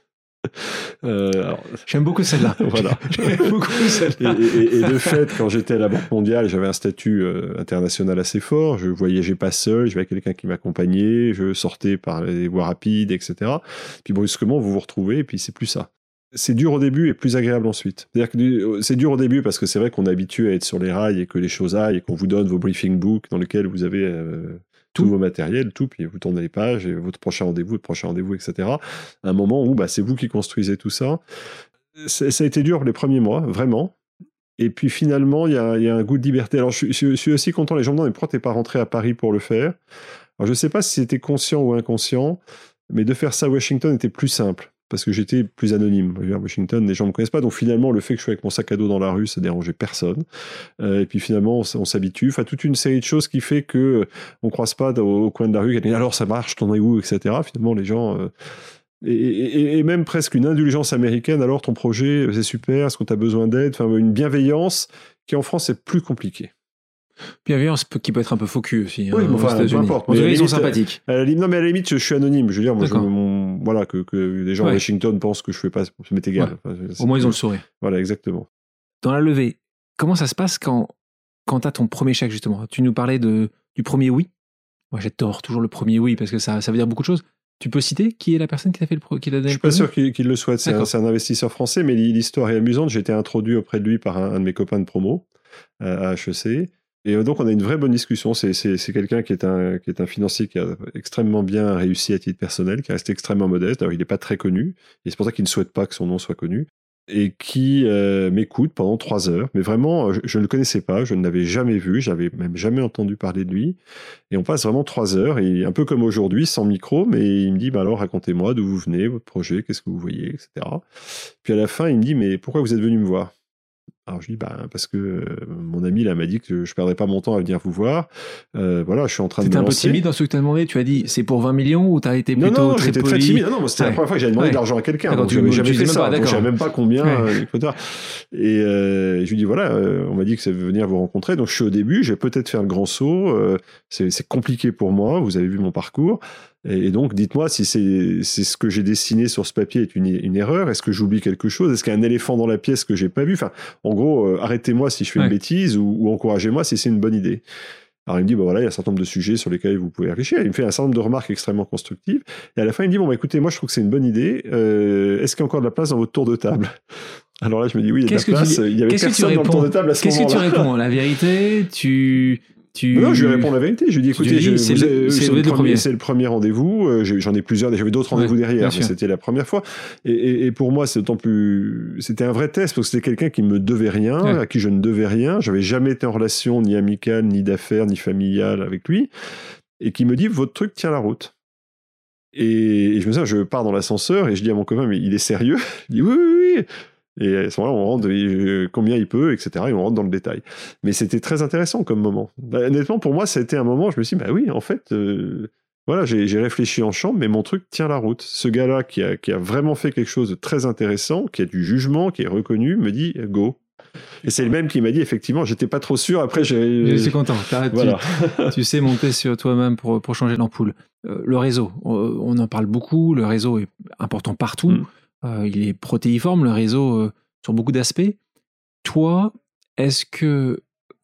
Euh, alors, J'aime beaucoup celle-là. Voilà. J'aime beaucoup celle-là. Et, et, et de fait, quand j'étais à la Banque mondiale, j'avais un statut euh, international assez fort. Je voyageais pas seul, j'avais quelqu'un qui m'accompagnait, je sortais par les voies rapides, et cetera. Puis brusquement, vous vous retrouvez, et puis c'est plus ça. C'est dur au début et plus agréable ensuite. C'est-à-dire que c'est dur au début parce que c'est vrai qu'on est habitué à être sur les rails et que les choses aillent et qu'on vous donne vos briefing books dans lesquels vous avez euh, tous vos matériels, tout, puis vous tournez les pages, et votre prochain rendez-vous, votre prochain rendez-vous, et cetera. À un moment où bah, c'est vous qui construisez tout ça. C'est, ça a été dur les premiers mois, vraiment. Et puis finalement, il y a, y a un goût de liberté. Alors je, je, je suis aussi content, les gens me demandent, mais pourquoi t'es pas rentré à Paris pour le faire? Alors je sais pas si c'était conscient ou inconscient, mais de faire ça à Washington était plus simple. Parce que j'étais plus anonyme. À Washington, les gens ne me connaissent pas. Donc finalement, le fait que je sois avec mon sac à dos dans la rue, ça dérangeait personne. Euh, et puis finalement, on, on s'habitue. Enfin, toute une série de choses qui fait que on ne croise pas au, au coin de la rue. Alors ça marche, t'en es où, et cetera. Finalement, les gens... Euh, et, et, et même presque une indulgence américaine. Alors ton projet, c'est super, est-ce que tu as besoin d'aide? Enfin, une bienveillance qui en France est plus compliquée. Bienveillance qui peut être un peu faux cul aussi. Oui, hein, mais enfin, peu importe. En tout cas, ils sont sympathiques. À la limite, non, mais à la limite, je, je suis anonyme. Je veux dire, moi, je, mon, voilà, que, que les gens ouais. à Washington pensent que je fais pas, ça m'est égal. Ouais. Enfin, au moins, ils ont le sourire. Voilà, exactement. Dans la levée, comment ça se passe quand, quand tu as ton premier chèque, justement? Tu nous parlais de, du premier oui. Moi, j'adore toujours le premier oui parce que ça, ça veut dire beaucoup de choses. Tu peux citer qui est la personne qui t'a fait le pro, qui l'a donné? Je suis pas sûr qu'il, qu'il le souhaite. C'est un, c'est un investisseur français, mais l'histoire est amusante. J'ai été introduit auprès de lui par un, un de mes copains de promo à H E C. Et donc, on a une vraie bonne discussion. C'est, c'est, c'est quelqu'un qui est, un, qui est un financier qui a extrêmement bien réussi à titre personnel, qui est resté extrêmement modeste. Alors, il n'est pas très connu, et c'est pour ça qu'il ne souhaite pas que son nom soit connu. et qui euh, m'écoute pendant trois heures. Mais vraiment, je, je ne le connaissais pas, je ne l'avais jamais vu, j'avais même jamais entendu parler de lui. Et on passe vraiment trois heures, et un peu comme aujourd'hui, sans micro, mais il me dit, bah alors racontez-moi d'où vous venez, votre projet, qu'est-ce que vous voyez, et cetera. Puis à la fin, il me dit, mais pourquoi vous êtes venu me voir ? Alors je dis, bah, parce que euh, mon ami là m'a dit que je ne perdrais pas mon temps à venir vous voir. Euh, voilà, je suis en train T'étais de me un peu lancer. timide dans ce que tu as demandé. Tu as dit, c'est pour vingt millions ou tu as été plutôt non, non, très j'étais poli. très timide. Non, non, c'était ouais. la première fois que j'avais demandé ouais. de l'argent à quelqu'un. D'accord, Donc tu, j'avais tu jamais fait dis ça. pas, Donc je savais même pas combien. Ouais. Euh, et cetera. Et euh, je lui dis, voilà, euh, on m'a dit que ça veut venir vous rencontrer. Donc je suis au début, je vais peut-être faire le grand saut. Euh, c'est, c'est compliqué pour moi. Vous avez vu mon parcours. Et donc, dites-moi si c'est, c'est ce que j'ai dessiné sur ce papier est une, une erreur. Est-ce que j'oublie quelque chose ? Est-ce qu'il y a un éléphant dans la pièce que j'ai pas vu ? Enfin, en gros, euh, arrêtez-moi si je fais ouais. une bêtise ou, ou encouragez-moi si c'est une bonne idée. Alors, il me dit, bah voilà, il y a un certain nombre de sujets sur lesquels vous pouvez réfléchir. Il me fait un certain nombre de remarques extrêmement constructives. Et à la fin, il me dit, bon, bah écoutez, moi, je trouve que c'est une bonne idée. Euh, est-ce qu'il y a encore de la place dans votre tour de table ? Alors là, je me dis, oui, il y a Qu'est-ce de la place. Dis... Il y avait Qu'est-ce personne dans le tour de table à ce Qu'est-ce moment-là. Qu'est-ce que tu réponds ? La vérité ? Tu... Tu... Non, non, je lui réponds la vérité. Je lui dis, écoutez, dis, je, c'est, vous, le, c'est, c'est, le le premier, premier, c'est le premier rendez-vous. Euh, j'en ai plusieurs. J'avais d'autres rendez-vous ouais, derrière, mais sûr. C'était la première fois. Et, et, et pour moi, c'est d'autant plus. C'était un vrai test parce que c'était quelqu'un qui me devait rien, ouais. à qui je ne devais rien. J'avais jamais été en relation ni amicale, ni d'affaires, ni familiale avec lui, et qui me dit, votre truc tient la route. Et, et je me dis, je pars dans l'ascenseur et je dis à mon copain, mais il est sérieux ? Il dit, oui, oui, oui. Et à ce moment-là, on rentre euh, combien il peut, et cetera. Et on rentre dans le détail. Mais c'était très intéressant comme moment. Bah, honnêtement, pour moi, ça a été un moment où je me suis dit, bah oui, en fait, euh, voilà, j'ai, j'ai réfléchi en chambre, mais mon truc tient la route. Ce gars-là qui a, qui a vraiment fait quelque chose de très intéressant, qui a du jugement, qui est reconnu, me dit, go. Et c'est le même qui m'a dit, effectivement, j'étais pas trop sûr. Après, j'ai. Je suis content. Voilà. tu, tu sais monter sur toi-même pour, pour changer l'ampoule. Euh, le réseau, on en parle beaucoup. Le réseau est important partout. Mm. Euh, il est protéiforme, le réseau, euh, sur beaucoup d'aspects. Toi, est-ce que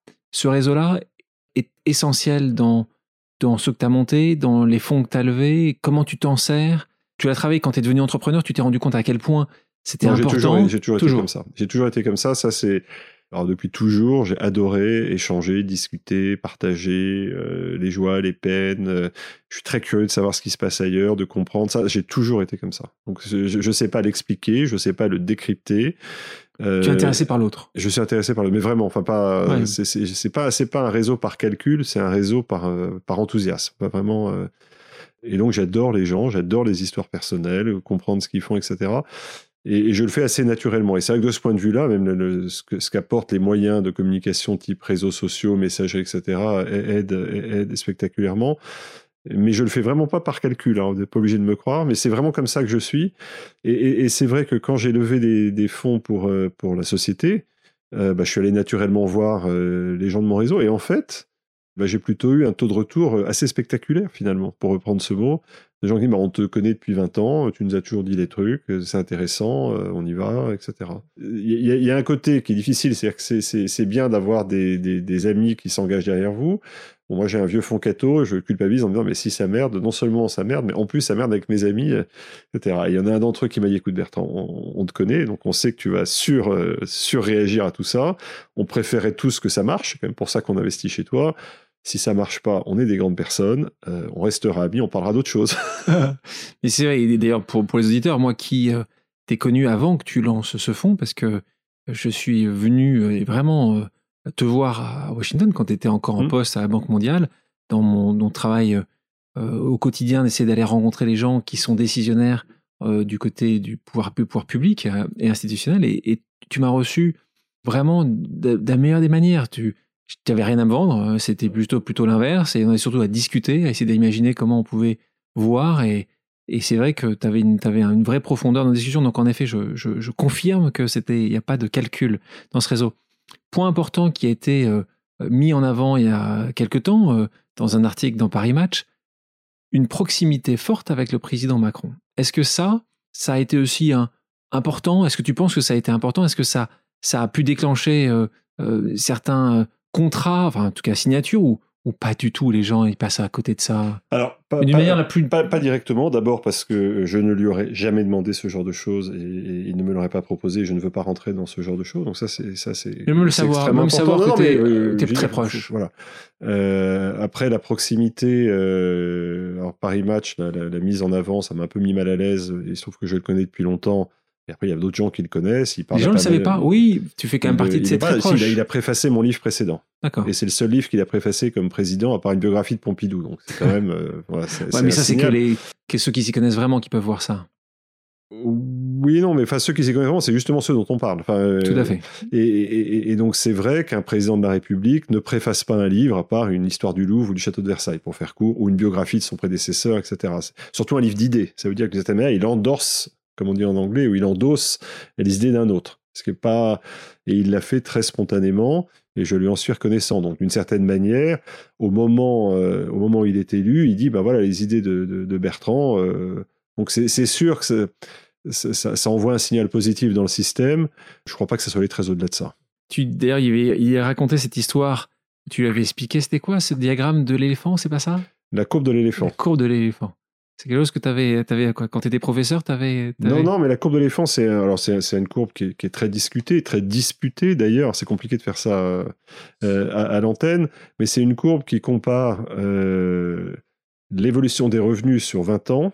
ce réseau-là est essentiel dans, dans ce que tu as monté, dans les fonds que tu as levés ? Comment tu t'en sers ? Tu l'as travaillé quand tu es devenu entrepreneur, tu t'es rendu compte à quel point c'était non, important. J'ai toujours, j'ai toujours, toujours été comme ça. J'ai toujours été comme ça. Ça, c'est... Alors, depuis toujours, j'ai adoré échanger, discuter, partager euh, les joies, les peines. Euh, je suis très curieux de savoir ce qui se passe ailleurs, de comprendre ça. J'ai toujours été comme ça. Donc, je ne sais pas l'expliquer, je ne sais pas le décrypter. Euh, tu es intéressé par l'autre. Je suis intéressé par l'autre, mais vraiment, enfin pas. Ouais. C'est, c'est, c'est pas, c'est pas un réseau par calcul, c'est un réseau par euh, par enthousiasme. Pas vraiment. Euh... Et donc, j'adore les gens, j'adore les histoires personnelles, comprendre ce qu'ils font, et cetera. Et, et je le fais assez naturellement. Et c'est vrai que de ce point de vue-là, même le, le, ce, que, ce qu'apportent les moyens de communication type réseaux sociaux, messagerie, et cetera, aide, aide spectaculairement. Mais je le fais vraiment pas par calcul, hein, vous n'êtes pas obligé de me croire, mais c'est vraiment comme ça que je suis. Et, et, et c'est vrai que quand j'ai levé des, des fonds pour, euh, pour la société, euh, bah, je suis allé naturellement voir euh, les gens de mon réseau. Et en fait, bah, j'ai plutôt eu un taux de retour assez spectaculaire, finalement, pour reprendre ce mot. Des gens qui disent, bah, on te connaît depuis vingt ans, tu nous as toujours dit des trucs, c'est intéressant, on y va, et cetera. Il y, y, y a un côté qui est difficile, c'est-à-dire que c'est, c'est, c'est bien d'avoir des, des, des amis qui s'engagent derrière vous. Bon, moi, j'ai un vieux fonds catho, je culpabilise en me disant, mais si ça merde, non seulement ça merde, mais en plus ça merde avec mes amis, et cetera. Il y en a un d'entre eux qui m'a dit, écoute Bertrand, on, on te connaît, donc on sait que tu vas sur, euh, surréagir à tout ça. On préférait tous que ça marche, c'est quand même pour ça qu'on investit chez toi. Si ça marche pas, on est des grandes personnes, euh, on restera amis, on parlera d'autres choses. Mais c'est vrai, et d'ailleurs, pour, pour les auditeurs, moi qui euh, t'ai connu avant que tu lances ce fonds, parce que je suis venu euh, vraiment euh, te voir à Washington quand tu étais encore en mmh. poste à la Banque mondiale, dans mon, mon travail euh, au quotidien, d'essayer d'aller rencontrer les gens qui sont décisionnaires euh, du côté du pouvoir, pouvoir public euh, et institutionnel, et, et tu m'as reçu vraiment de, de la meilleure des manières. Tu Tu n'avais rien à me vendre, c'était plutôt, plutôt l'inverse, et on est surtout à discuter, à essayer d'imaginer comment on pouvait voir, et, et c'est vrai que tu avais une, t'avais une vraie profondeur dans la discussion, donc en effet, je, je, je confirme que c'était, il n'y a pas de calcul dans ce réseau. Point important qui a été euh, mis en avant il y a quelque temps, euh, dans un article dans Paris Match, une proximité forte avec le président Macron. Est-ce que ça, ça a été aussi un, important ? Est-ce que tu penses que ça a été important ? Est-ce que ça, ça a pu déclencher euh, euh, certains... Euh, contrat, enfin en tout cas signature, ou, ou pas du tout, les gens ils passent à côté de ça? Alors, pas, d'une pas, manière la plus... Pas, pas directement, d'abord parce que je ne lui aurais jamais demandé ce genre de choses, et, et il ne me l'aurait pas proposé, je ne veux pas rentrer dans ce genre de choses, donc ça c'est, ça, c'est, même le c'est savoir, extrêmement même important. savoir non, que non, t'es, mais, euh, t'es très dire, proche. Voilà. Euh, après la proximité, euh, alors Paris Match, la, la, la mise en avant, ça m'a un peu mis mal à l'aise, il se trouve que je le connais depuis longtemps. Et après, il y a d'autres gens qui le connaissent. Il Les gens ne le savaient pas. Oui, tu fais quand même de, partie de ces très pas, proches. Il a, il a préfacé mon livre précédent. D'accord. Et c'est le seul livre qu'il a préfacé comme président, à part une biographie de Pompidou. Donc c'est quand même. Euh, voilà, c'est, ouais, c'est mais ça, c'est signal. que, les, que ceux qui s'y connaissent vraiment qui peuvent voir ça. Oui, non, mais enfin, ceux qui s'y connaissent vraiment, c'est justement ceux dont on parle. Enfin, euh, Tout à fait. Et, et, et donc, c'est vrai qu'un président de la République ne préface pas un livre à part une histoire du Louvre ou du château de Versailles, pour faire court, ou une biographie de son prédécesseur, et cetera. C'est surtout un livre d'idées. Ça veut dire que d'une certaine manière, il endorse, comme on dit en anglais, ou il endosse les idées d'un autre. Ce qui est pas... Et il l'a fait très spontanément, et je lui en suis reconnaissant. Donc, d'une certaine manière, au moment, euh, au moment où il est élu, il dit, ben voilà, les idées de, de, de Bertrand... Euh... Donc, c'est, c'est sûr que... C'est... Ça, ça, ça envoie un signal positif dans le système. Je ne crois pas que ça soit allé très au-delà de ça. Tu, d'ailleurs, il, avait, il a raconté cette histoire. Tu lui avais expliqué, c'était quoi ce diagramme de l'éléphant, c'est pas ça? La courbe de l'éléphant. La courbe de l'éléphant. C'est quelque chose que tu avais, t'avais, quoi, quand tu étais professeur, tu avais... Non, non, mais la courbe de l'éléphant, c'est, alors c'est, c'est une courbe qui est, qui est très discutée, très disputée d'ailleurs. C'est compliqué de faire ça euh, à, à l'antenne, mais c'est une courbe qui compare euh, l'évolution des revenus sur vingt ans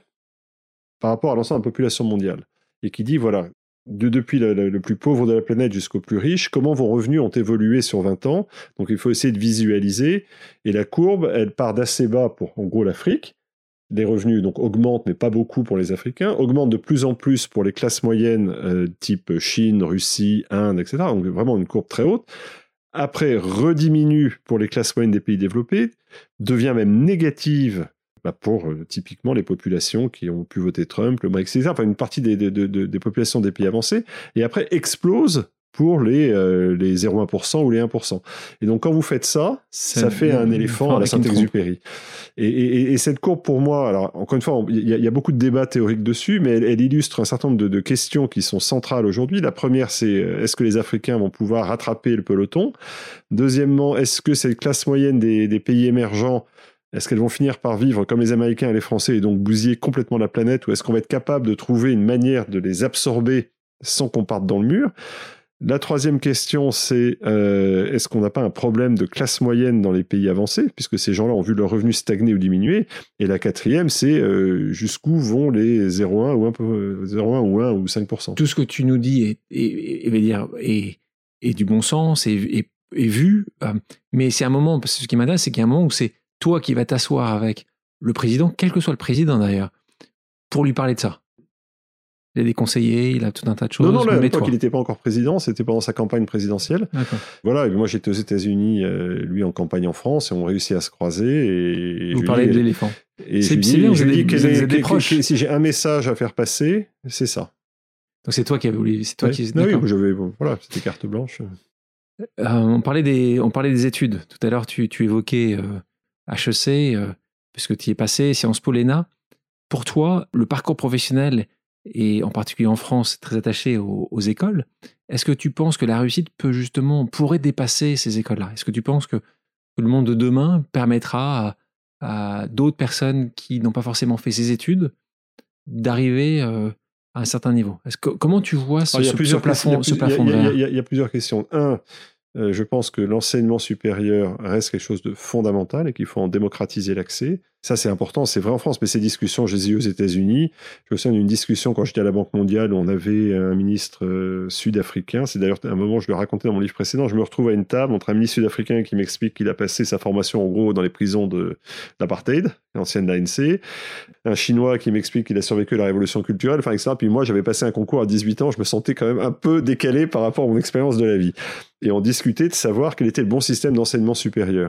par rapport à l'ensemble de la population mondiale, et qui dit, voilà, de, depuis le, le, le plus pauvre de la planète jusqu'au plus riche, comment vos revenus ont évolué sur vingt ans. Donc il faut essayer de visualiser, et la courbe, elle part d'assez bas pour, en gros, l'Afrique. Les revenus donc augmentent, mais pas beaucoup pour les Africains, augmentent de plus en plus pour les classes moyennes, euh, type Chine, Russie, Inde, et cetera. Donc vraiment une courbe très haute. Après, rediminue pour les classes moyennes des pays développés, devient même négative bah pour euh, typiquement les populations qui ont pu voter Trump, le Brexit, et cetera. Enfin une partie des, des, des, des populations des pays avancés, et après explose pour les, euh, les zéro virgule un pour cent ou les un pour cent. Et donc quand vous faites ça, ça, ça fait un éléphant à la Saint-Exupéry. Et, et, et cette courbe pour moi, alors encore une fois, il y, y a beaucoup de débats théoriques dessus, mais elle, elle illustre un certain nombre de, de questions qui sont centrales aujourd'hui. La première, c'est est-ce que les Africains vont pouvoir rattraper le peloton? Deuxièmement, est-ce que cette classe moyenne des, des pays émergents, est-ce qu'elles vont finir par vivre comme les Américains et les Français et donc bousiller complètement la planète, ou est-ce qu'on va être capable de trouver une manière de les absorber sans qu'on parte dans le mur? La troisième question, c'est euh, est-ce qu'on n'a pas un problème de classe moyenne dans les pays avancés, puisque ces gens-là ont vu leurs revenus stagner ou diminuer? Et la quatrième, c'est euh, jusqu'où vont les zéro virgule un, zéro virgule un ou un ou cinq pour cent? Tout ce que tu nous dis est, est, est, est, dire, est, est du bon sens, est, est, est vu, euh, mais c'est un moment, parce que ce qui m'intéresse, c'est qu'il y a un moment où c'est toi qui vas t'asseoir avec le président, quel que soit le président d'ailleurs, pour lui parler de ça. Il a des conseillers, il a tout un tas de choses. Non, non, là, à l'époque, toi. il n'était pas encore président, c'était pendant sa campagne présidentielle. D'accord. Voilà, et moi j'étais aux États-Unis, euh, lui en campagne en France, et on réussit à se croiser. Et, et vous parlez de l'éléphant. Et c'est bien, vous avez des proches. Si j'ai un message à faire passer, c'est ça. Donc c'est toi qui avais voulu. C'est toi ouais. qui. Non, oui, j'avais, voilà, c'était carte blanche. Euh, on parlait des, on parlait des études. Tout à l'heure, tu, tu évoquais euh, H E C, euh, puisque tu y es passé, Sciences Po, l'E N A. Pour toi, le parcours professionnel, et en particulier en France, très attaché aux, aux écoles, est-ce que tu penses que la réussite peut justement, pourrait dépasser ces écoles-là? Est-ce que tu penses que, que le monde de demain permettra à, à d'autres personnes qui n'ont pas forcément fait ces études d'arriver euh, à un certain niveau? Est-ce que, comment tu vois ce, ce, ce plafond, ce plafond de verre? Il y, y, y a plusieurs questions. Un, euh, je pense que l'enseignement supérieur reste quelque chose de fondamental et qu'il faut en démocratiser l'accès. Ça, c'est important, c'est vrai en France, mais ces discussions, je les ai eues aux États-Unis. Je me souviens d'une discussion quand j'étais à la Banque mondiale où on avait un ministre euh, sud-africain. C'est d'ailleurs un moment, je le racontais dans mon livre précédent, je me retrouve à une table entre un ministre sud-africain qui m'explique qu'il a passé sa formation en gros dans les prisons de l'apartheid, l'ancienne de l'A N C, un Chinois qui m'explique qu'il a survécu à la révolution culturelle, enfin, et cetera. Puis moi, j'avais passé un concours à dix-huit ans, je me sentais quand même un peu décalé par rapport à mon expérience de la vie. Et on discutait de savoir quel était le bon système d'enseignement supérieur.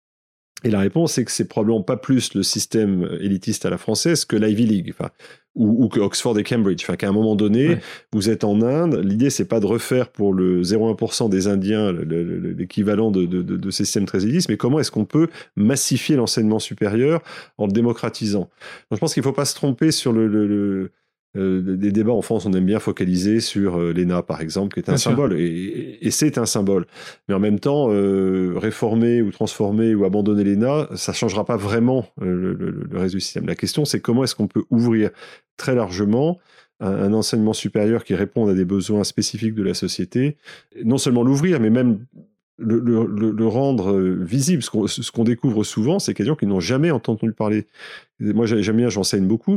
Et la réponse, c'est que c'est probablement pas plus le système élitiste à la française que l'Ivy League, enfin, ou, ou que Oxford et Cambridge. Enfin, qu'à un moment donné, ouais. vous êtes en Inde, l'idée, c'est pas de refaire pour le zéro virgule un pour cent des Indiens le, le, l'équivalent de, de, de, de ces systèmes très élitistes, mais comment est-ce qu'on peut massifier l'enseignement supérieur en le démocratisant? Donc, je pense qu'il faut pas se tromper sur le... le, le Euh, des débats en France, on aime bien focaliser sur euh, l'E N A, par exemple, qui est un bien symbole, et, et, et c'est un symbole. Mais en même temps, euh, réformer ou transformer ou abandonner l'E N A, ça ne changera pas vraiment euh, le, le, le reste du système. La question, c'est comment est-ce qu'on peut ouvrir très largement un, un enseignement supérieur qui réponde à des besoins spécifiques de la société, non seulement l'ouvrir, mais même Le, le, le rendre visible. Ce qu'on, ce qu'on découvre souvent, c'est qu'il y a des gens qui n'ont jamais entendu parler. Moi, j'aime bien, j'enseigne beaucoup,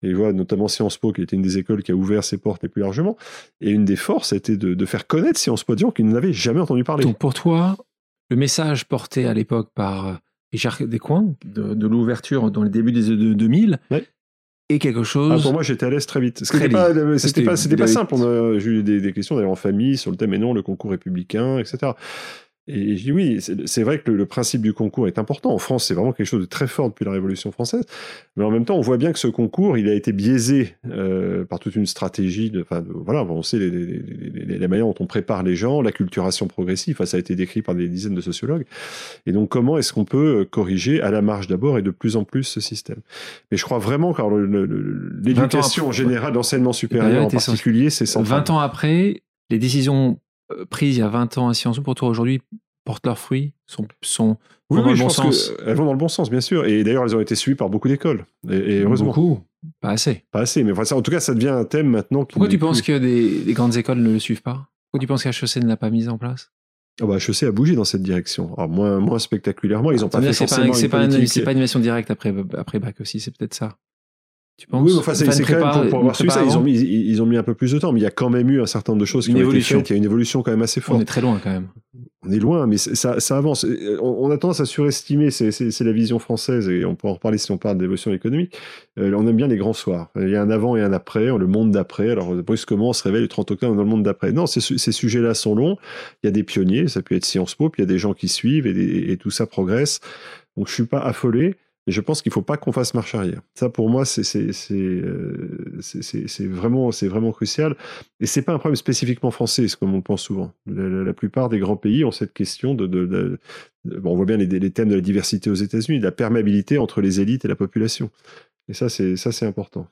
Et je vois notamment Sciences Po, qui était une des écoles qui a ouvert ses portes les plus largement. Et une des forces, c'était de, de faire connaître Sciences Po à des gens qui n'avaient jamais entendu parler. Donc pour toi, le message porté à l'époque par Richard Descoings, de, de l'ouverture dans les débuts des années deux mille, ouais. est quelque chose... Ah, pour moi, j'étais à l'aise très vite. C'était pas, c'était pas, c'était pas simple. On a, j'ai eu des, des questions d'ailleurs en famille sur le thème, mais non, le concours républicain, et cetera. Et je dis oui, c'est, c'est vrai que le, le principe du concours est important. En France, c'est vraiment quelque chose de très fort depuis la Révolution française. Mais en même temps, on voit bien que ce concours, il a été biaisé euh, par toute une stratégie. De, enfin, de, voilà, on sait les, les, les, les, la manière dont on prépare les gens, l'acculturation progressive. Enfin, ça a été décrit par des dizaines de sociologues. Et donc, comment est-ce qu'on peut corriger à la marge d'abord et de plus en plus ce système? Mais je crois vraiment que le, le, le, l'éducation générale, l'enseignement supérieur en particulier, c'est central. vingt ans après, les décisions prises il y a vingt ans à Sciences Po, pour toi aujourd'hui, portent leurs fruits, sont, sont oui, vont oui, dans le bon sens. Elles vont dans le bon sens, bien sûr. Et d'ailleurs, elles ont été suivies par beaucoup d'écoles. Et, et heureusement. Beaucoup, pas assez. Pas assez, mais enfin, ça, en tout cas, ça devient un thème maintenant. Qui Pourquoi tu penses plus... que des, des grandes écoles ne le suivent pas? Pourquoi tu penses qu'H E C ne l'a pas mise en place? Oh bah, H E C a bougé dans cette direction. Alors, moins, moins spectaculairement, ils n'ont ah, pas fait c'est forcément pas, c'est une pas politique... une, c'est pas une innovation directe après, après bac aussi, c'est peut-être ça. Tu penses? Oui, mais enfin, c'est, c'est quand même pour, pour avoir su ça, ils ont, mis, ils, ils ont mis un peu plus de temps, mais il y a quand même eu un certain nombre de choses une qui ont évolution. été faites. Il y a une évolution quand même assez forte. On est très loin quand même. On est loin, mais ça, ça avance. On, on a tendance à surestimer, c'est, c'est, c'est la vision française, et on peut en reparler si on parle d'évolution économique. Euh, on aime bien les grands soirs. Il y a un avant et un après, le monde d'après. Alors, brusquement, on se réveille le trente octobre dans le monde d'après. Non, ces, ces sujets-là sont longs. Il y a des pionniers, ça peut être Sciences Po, puis il y a des gens qui suivent, et, des, et tout ça progresse. Donc, je suis pas affolé. Mais je pense qu'il ne faut pas qu'on fasse marche arrière. Ça, pour moi, c'est, c'est, c'est, euh, c'est, c'est, c'est, vraiment, c'est vraiment crucial. Et ce n'est pas un problème spécifiquement français, comme on le pense souvent. La, la, la plupart des grands pays ont cette question de... de, de, de bon, on voit bien les, les thèmes de la diversité aux États-Unis, de la perméabilité entre les élites et la population. Et ça, c'est, ça, c'est important.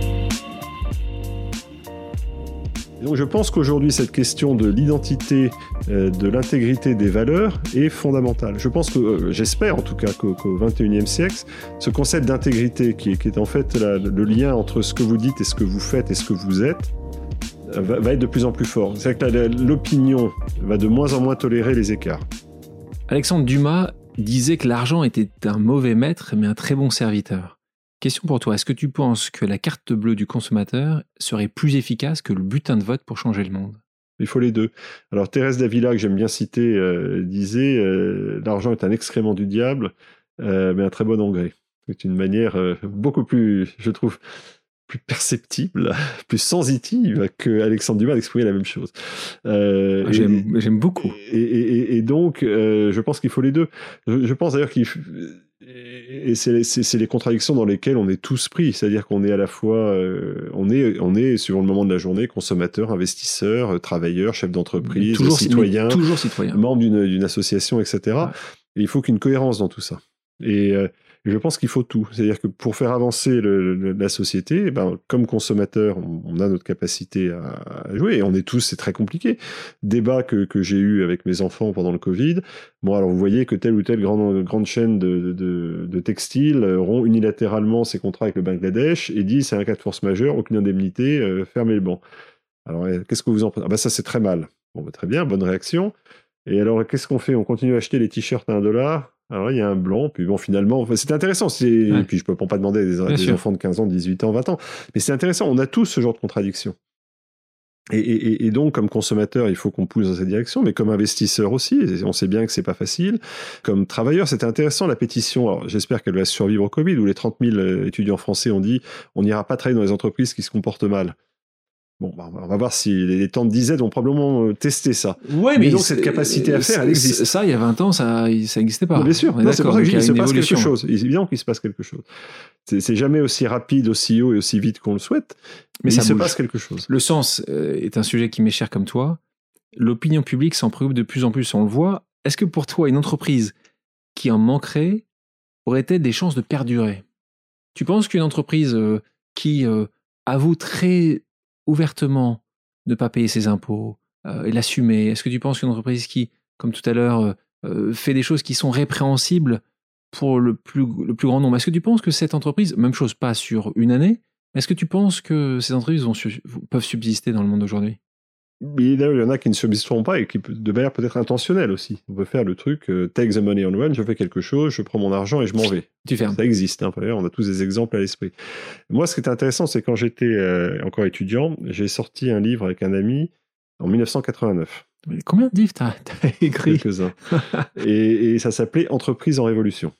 Et donc je pense qu'aujourd'hui, cette question de l'identité, euh, de l'intégrité des valeurs est fondamentale. Je pense que, euh, j'espère en tout cas, qu'au, qu'au vingt et unième siècle, ce concept d'intégrité, qui est, qui est en fait la, le lien entre ce que vous dites et ce que vous faites et ce que vous êtes, euh, va, va être de plus en plus fort. C'est-à-dire que la, la, l'opinion va de moins en moins tolérer les écarts. Alexandre Dumas disait que l'argent était un mauvais maître, mais un très bon serviteur. Question pour toi, est-ce que tu penses que la carte bleue du consommateur serait plus efficace que le butin de vote pour changer le monde? Il faut les deux. Alors Thérèse d'Avila, que j'aime bien citer, euh, disait euh, « L'argent est un excrément du diable, euh, mais un très bon engrais ». C'est une manière euh, beaucoup plus, je trouve, plus perceptible, plus sensitive que Alexandre Dumas d'exprimer la même chose. Euh, ah, j'aime, et, j'aime beaucoup. Et, et, et donc, euh, je pense qu'il faut les deux. Je, je pense d'ailleurs qu'il faut... Et c'est, c'est, c'est les contradictions dans lesquelles on est tous pris, c'est-à-dire qu'on est à la fois, euh, on est, on est suivant le moment de la journée, consommateur, investisseur, euh, travailleur, chef d'entreprise, toujours, citoyen, toujours citoyen, membre d'une, d'une association, et cetera. Ouais. Et il faut qu'une cohérence dans tout ça. Et euh, je pense qu'il faut tout, c'est-à-dire que pour faire avancer le, le, la société, eh ben, comme consommateur, on, on a notre capacité à, à jouer, et on est tous, c'est très compliqué. Débat que, que j'ai eu avec mes enfants pendant le Covid. Bon, alors vous voyez que telle ou telle grande, grande chaîne de, de, de textiles rompt unilatéralement ses contrats avec le Bangladesh et dit c'est un cas de force majeure, aucune indemnité, euh, fermez le banc. Alors qu'est-ce que vous en pensez? Ah ben ça c'est très mal. Bon, ben, très bien, bonne réaction. Et alors qu'est-ce qu'on fait? On continue à acheter les t-shirts à un dollar. Alors il y a un blanc, puis bon finalement, enfin, c'est intéressant. C'est... Ouais. Et puis je peux pas demander à des, des enfants de quinze ans, dix-huit ans, vingt ans. Mais c'est intéressant, on a tous ce genre de contradiction. Et, et, et donc, comme consommateur, il faut qu'on pousse dans cette direction, mais comme investisseur aussi, on sait bien que c'est pas facile. Comme travailleur, c'était intéressant la pétition. Alors, j'espère qu'elle va survivre au Covid, où les trente mille étudiants français ont dit on n'ira pas travailler dans les entreprises qui se comportent mal. Bon, bah, on va voir si les temps de disette vont probablement tester ça. Ouais, mais, mais donc cette capacité à faire, elle existe. Ça, il y a vingt ans, ça, ça n'existait pas. Non, bien sûr, non, c'est pour ça qu'il se passe quelque chose. Il est évident qu'il se passe quelque chose. C'est, c'est jamais aussi rapide, aussi haut et aussi vite qu'on le souhaite, mais, mais ça il bouge. Se passe quelque chose. Le sens euh, est un sujet qui m'est cher comme toi. L'opinion publique s'en préoccupe de plus en plus, on le voit. Est-ce que pour toi, une entreprise qui en manquerait aurait-elle des chances de perdurer? Tu penses qu'une entreprise euh, qui euh, avoue très ouvertement ne pas payer ses impôts euh, et l'assumer, est-ce que tu penses qu'une entreprise qui, comme tout à l'heure, euh, fait des choses qui sont répréhensibles pour le plus, le plus grand nombre, est-ce que tu penses que cette entreprise, même chose pas sur une année, est-ce que tu penses que ces entreprises vont su- peuvent subsister dans le monde d'aujourd'hui? Mais il y en a qui ne subsisteront pas et qui, de manière peut-être intentionnelle aussi. On peut faire le truc, euh, take the money and run, je fais quelque chose, je prends mon argent et je m'en vais. Tu fermes. Ça existe, hein, on a tous des exemples à l'esprit. Moi, ce qui est intéressant, c'est quand j'étais euh, encore étudiant, j'ai sorti un livre avec un ami en dix-neuf cent quatre-vingt-neuf. Mais combien de livres t'as, t'as écrit? Quelques-uns. et, et ça s'appelait Entreprise en révolution.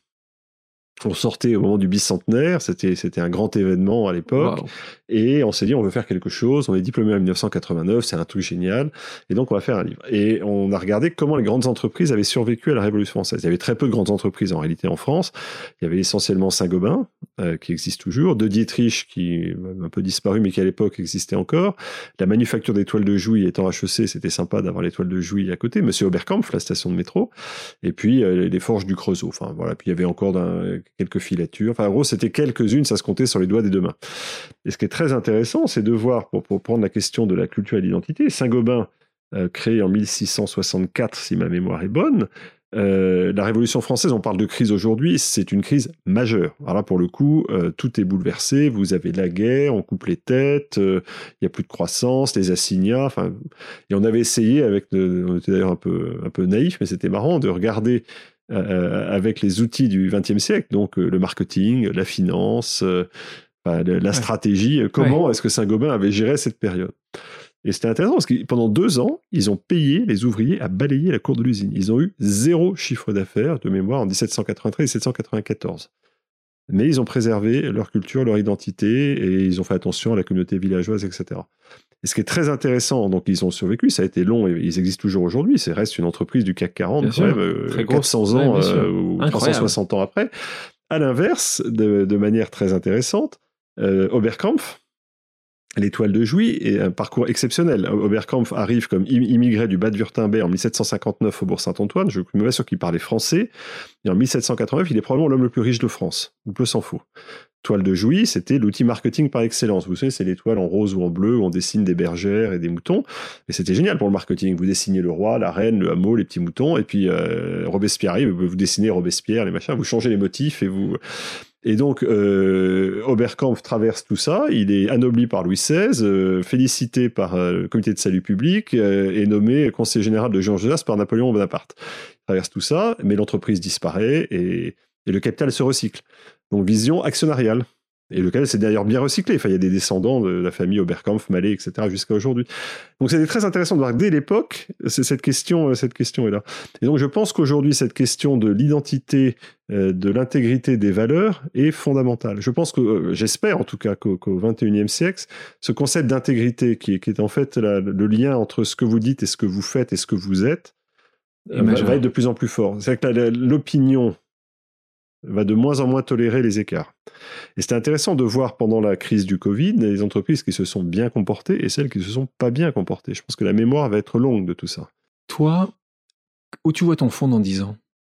On sortait au moment du bicentenaire, c'était, c'était un grand événement à l'époque, wow. Et on s'est dit on veut faire quelque chose, on est diplômé en dix-neuf cent quatre-vingt-neuf, c'est un truc génial, et donc on va faire un livre. Et on a regardé comment les grandes entreprises avaient survécu à la Révolution française. Il y avait très peu de grandes entreprises en réalité en France, il y avait essentiellement Saint-Gobain, euh, qui existe toujours, De Dietrich, qui a un peu disparu, mais qui à l'époque existait encore, la manufacture des toiles de Jouy étant H E C, c'était sympa d'avoir les toiles de Jouy à côté, Monsieur Oberkampf, la station de métro, et puis euh, les forges du Creusot, enfin voilà, puis il y avait encore d'un quelques filatures. Enfin, en gros, c'était quelques-unes, ça se comptait sur les doigts des deux mains. Et ce qui est très intéressant, c'est de voir, pour, pour prendre la question de la culture et de l'identité, Saint-Gobain, euh, créé en mille six cent soixante-quatre, si ma mémoire est bonne, euh, la Révolution française, on parle de crise aujourd'hui, c'est une crise majeure. Alors là, pour le coup, euh, tout est bouleversé, vous avez la guerre, on coupe les têtes, il euh, n'y a plus de croissance, les assignats, enfin, et on avait essayé, avec, de, on était d'ailleurs un peu, un peu naïf, mais c'était marrant de regarder Euh, avec les outils du vingtième siècle, donc euh, le marketing, la finance, euh, bah, la ouais. stratégie, euh, comment ouais. est-ce que Saint-Gobain avait géré cette période. Et c'était intéressant parce que pendant deux ans, ils ont payé les ouvriers à balayer la cour de l'usine. Ils ont eu zéro chiffre d'affaires de mémoire en dix-sept cent quatre-vingt-treize et dix-sept cent quatre-vingt-quatorze. Mais ils ont préservé leur culture, leur identité, et ils ont fait attention à la communauté villageoise, et cetera. Et ce qui est très intéressant, donc ils ont survécu, ça a été long, et ils existent toujours aujourd'hui, c'est reste une entreprise du C A C quarante, bien quand sûr, même, euh, quatre cents ans ouais, euh, ou incroyable. trois cent soixante ans après. À l'inverse, de, de manière très intéressante, euh, Oberkampf, les toiles de Jouy, est un parcours exceptionnel. Oberkampf arrive comme immigré du Bade-Württemberg en dix-sept cent cinquante-neuf au Bourg-Saint-Antoine, je me mets sûr qu'il parlait français, et en dix-sept cent quatre-vingt-neuf, il est probablement l'homme le plus riche de France, ou peu s'en faut. Toile de Jouy, c'était l'outil marketing par excellence. Vous savez, c'est les toiles en rose ou en bleu où on dessine des bergères et des moutons. Et c'était génial pour le marketing. Vous dessinez le roi, la reine, le hameau, les petits moutons. Et puis euh, Robespierre arrive, vous dessinez Robespierre, les machins. Vous changez les motifs et vous... Et donc, euh, Oberkampf traverse tout ça. Il est anobli par Louis seize, euh, félicité par euh, le comité de salut public euh, et nommé conseiller général de Jean Jaurès par Napoléon Bonaparte. Il traverse tout ça, mais l'entreprise disparaît et, et le capital se recycle. Donc, vision actionnariale. Et lequel c'est d'ailleurs bien recyclé. Enfin, il y a des descendants de la famille Oberkampf, Mallet, et cetera jusqu'à aujourd'hui. Donc, c'était très intéressant de voir que dès l'époque, c'est cette question, cette question est là. Et donc, je pense qu'aujourd'hui, cette question de l'identité, euh, de l'intégrité des valeurs est fondamentale. Je pense que, euh, j'espère en tout cas qu'au, qu'au vingt et unième siècle, ce concept d'intégrité qui est, qui est en fait la, le lien entre ce que vous dites et ce que vous faites et ce que vous êtes, euh, va, va être de plus en plus fort. C'est-à-dire que la, l'opinion va de moins en moins tolérer les écarts. Et c'était intéressant de voir pendant la crise du Covid les entreprises qui se sont bien comportées et celles qui ne se sont pas bien comportées. Je pense que la mémoire va être longue de tout ça. Toi, où tu vois ton fonds dans dix ans ?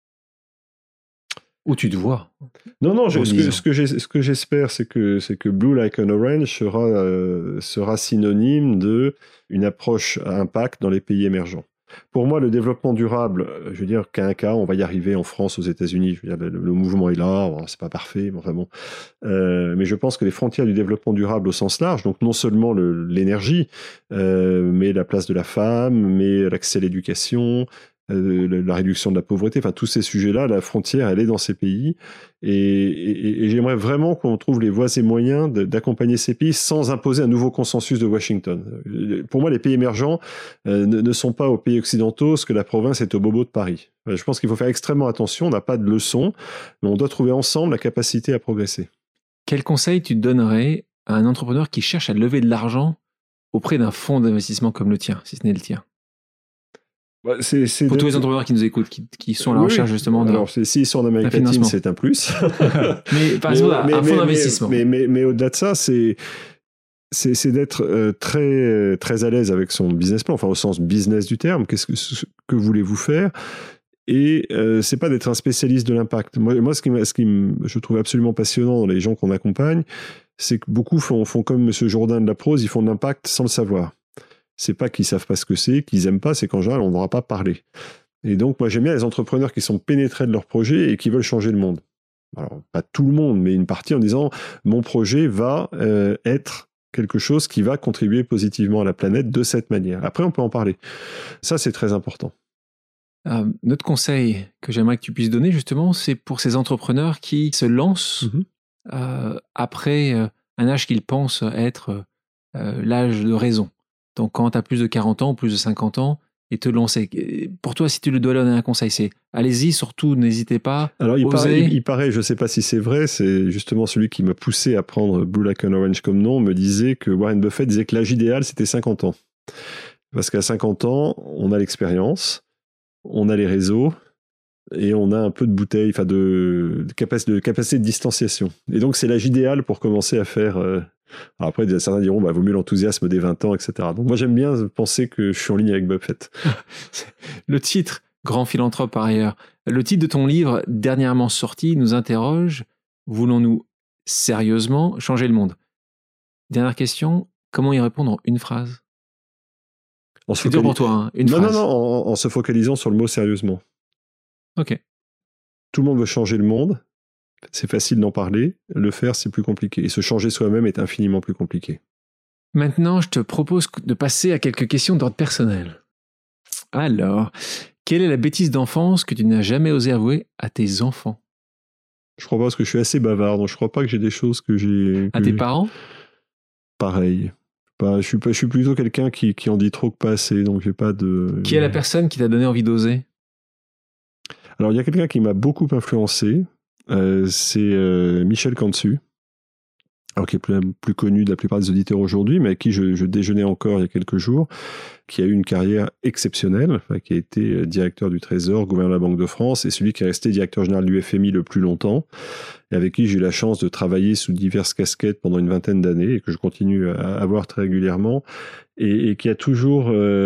Où tu te vois ? Non, non, je, ce, que, ce, que j'ai, ce que j'espère, c'est que, c'est que Blue Like an Orange sera, euh, sera synonyme d'une approche à impact dans les pays émergents. Pour moi, le développement durable, je veux dire qu'à un cas, on va y arriver en France, aux États-Unis. Je veux dire, le, le mouvement est là, bon, c'est pas parfait, mais enfin bon. Euh, mais je pense que les frontières du développement durable au sens large, donc non seulement le, l'énergie, euh, mais la place de la femme, mais l'accès à l'éducation, euh, la réduction de la pauvreté, enfin tous ces sujets-là, la frontière, elle est dans ces pays. Et, et, et j'aimerais vraiment qu'on trouve les voies et moyens de, d'accompagner ces pays sans imposer un nouveau consensus de Washington. Pour moi, les pays émergents euh, ne, ne sont pas aux pays occidentaux ce que la province est au bobo de Paris. Je pense qu'il faut faire extrêmement attention, on n'a pas de leçons, mais on doit trouver ensemble la capacité à progresser. Quel conseil tu donnerais à un entrepreneur qui cherche à lever de l'argent auprès d'un fonds d'investissement comme le tien, si ce n'est le tien ? Bah, c'est, c'est Pour tous les entrepreneurs qui nous écoutent, qui, qui sont à la oui, recherche justement de. Alors, c'est, s'ils sont en Amérique latine, c'est un plus. mais par exemple, mais, un mais, fonds mais, d'investissement. Mais, mais, mais, mais au-delà de ça, c'est, c'est, c'est d'être euh, très, très à l'aise avec son business plan, enfin au sens business du terme. Qu'est-ce que, ce, que voulez-vous faire ? Et euh, c'est pas d'être un spécialiste de l'impact. Moi, moi ce qui, ce qui je trouve absolument passionnant dans les gens qu'on accompagne, c'est que beaucoup font, font comme M. Jourdain de la prose, ils font de l'impact sans le savoir. C'est pas qu'ils savent pas ce que c'est, qu'ils aiment pas, c'est qu'en général, on n'aura pas parlé. Et donc, moi, j'aime bien les entrepreneurs qui sont pénétrés de leur projet et qui veulent changer le monde. Alors, pas tout le monde, mais une partie en disant, mon projet va euh, être quelque chose qui va contribuer positivement à la planète de cette manière. Après, on peut en parler. Ça, c'est très important. Euh, notre conseil que j'aimerais que tu puisses donner, justement, c'est pour ces entrepreneurs qui se lancent mmh. euh, après euh, un âge qu'ils pensent être euh, l'âge de raison. Donc, quand tu as plus de quarante ans ou plus de cinquante ans, et te lancer. Pour toi, si tu le dois donner un conseil, c'est allez-y, surtout, n'hésitez pas. Alors, il paraît, il, il paraît, je ne sais pas si c'est vrai, c'est justement celui qui m'a poussé à prendre Blue Like an Orange comme nom, me disait que Warren Buffett disait que l'âge idéal, c'était cinquante ans. Parce qu'à cinquante ans, on a l'expérience, on a les réseaux, et on a un peu de bouteille, enfin de, de, capac- de capacité de distanciation. Et donc, c'est l'âge idéal pour commencer à faire... Euh, Alors après, certains diront, bah, vaut mieux l'enthousiasme des vingt ans, et cetera. Donc moi, j'aime bien penser que je suis en ligne avec Buffett. Le titre, grand philanthrope par ailleurs, le titre de ton livre, dernièrement sorti, nous interroge, voulons-nous sérieusement changer le monde? Dernière question, comment y répondre en une phrase? En C'est dur pour toi, hein, une non, phrase. Non, non, en, en se focalisant sur le mot sérieusement. Ok. Tout le monde veut changer le monde. C'est facile d'en parler, le faire c'est plus compliqué. Et se changer soi-même est infiniment plus compliqué. Maintenant, je te propose de passer à quelques questions d'ordre personnel. Alors, quelle est la bêtise d'enfance que tu n'as jamais osé avouer à tes enfants? Je crois pas parce que je suis assez bavard, donc je crois pas que j'ai des choses que j'ai... À tes parents? Pareil. Pas, je, suis pas, je suis plutôt quelqu'un qui, qui en dit trop que pas assez, donc j'ai pas de... Qui est la personne qui t'a donné envie d'oser? Alors, il y a quelqu'un qui m'a beaucoup influencé. Euh, c'est euh, Michel Cantu, alors qui est plus, plus connu de la plupart des auditeurs aujourd'hui, mais avec qui je, je déjeunais encore il y a quelques jours, qui a eu une carrière exceptionnelle, enfin, qui a été directeur du Trésor, gouverneur de la Banque de France, et celui qui est resté directeur général du F M I le plus longtemps, et avec qui j'ai eu la chance de travailler sous diverses casquettes pendant une vingtaine d'années, et que je continue à avoir très régulièrement, et, et qui a toujours...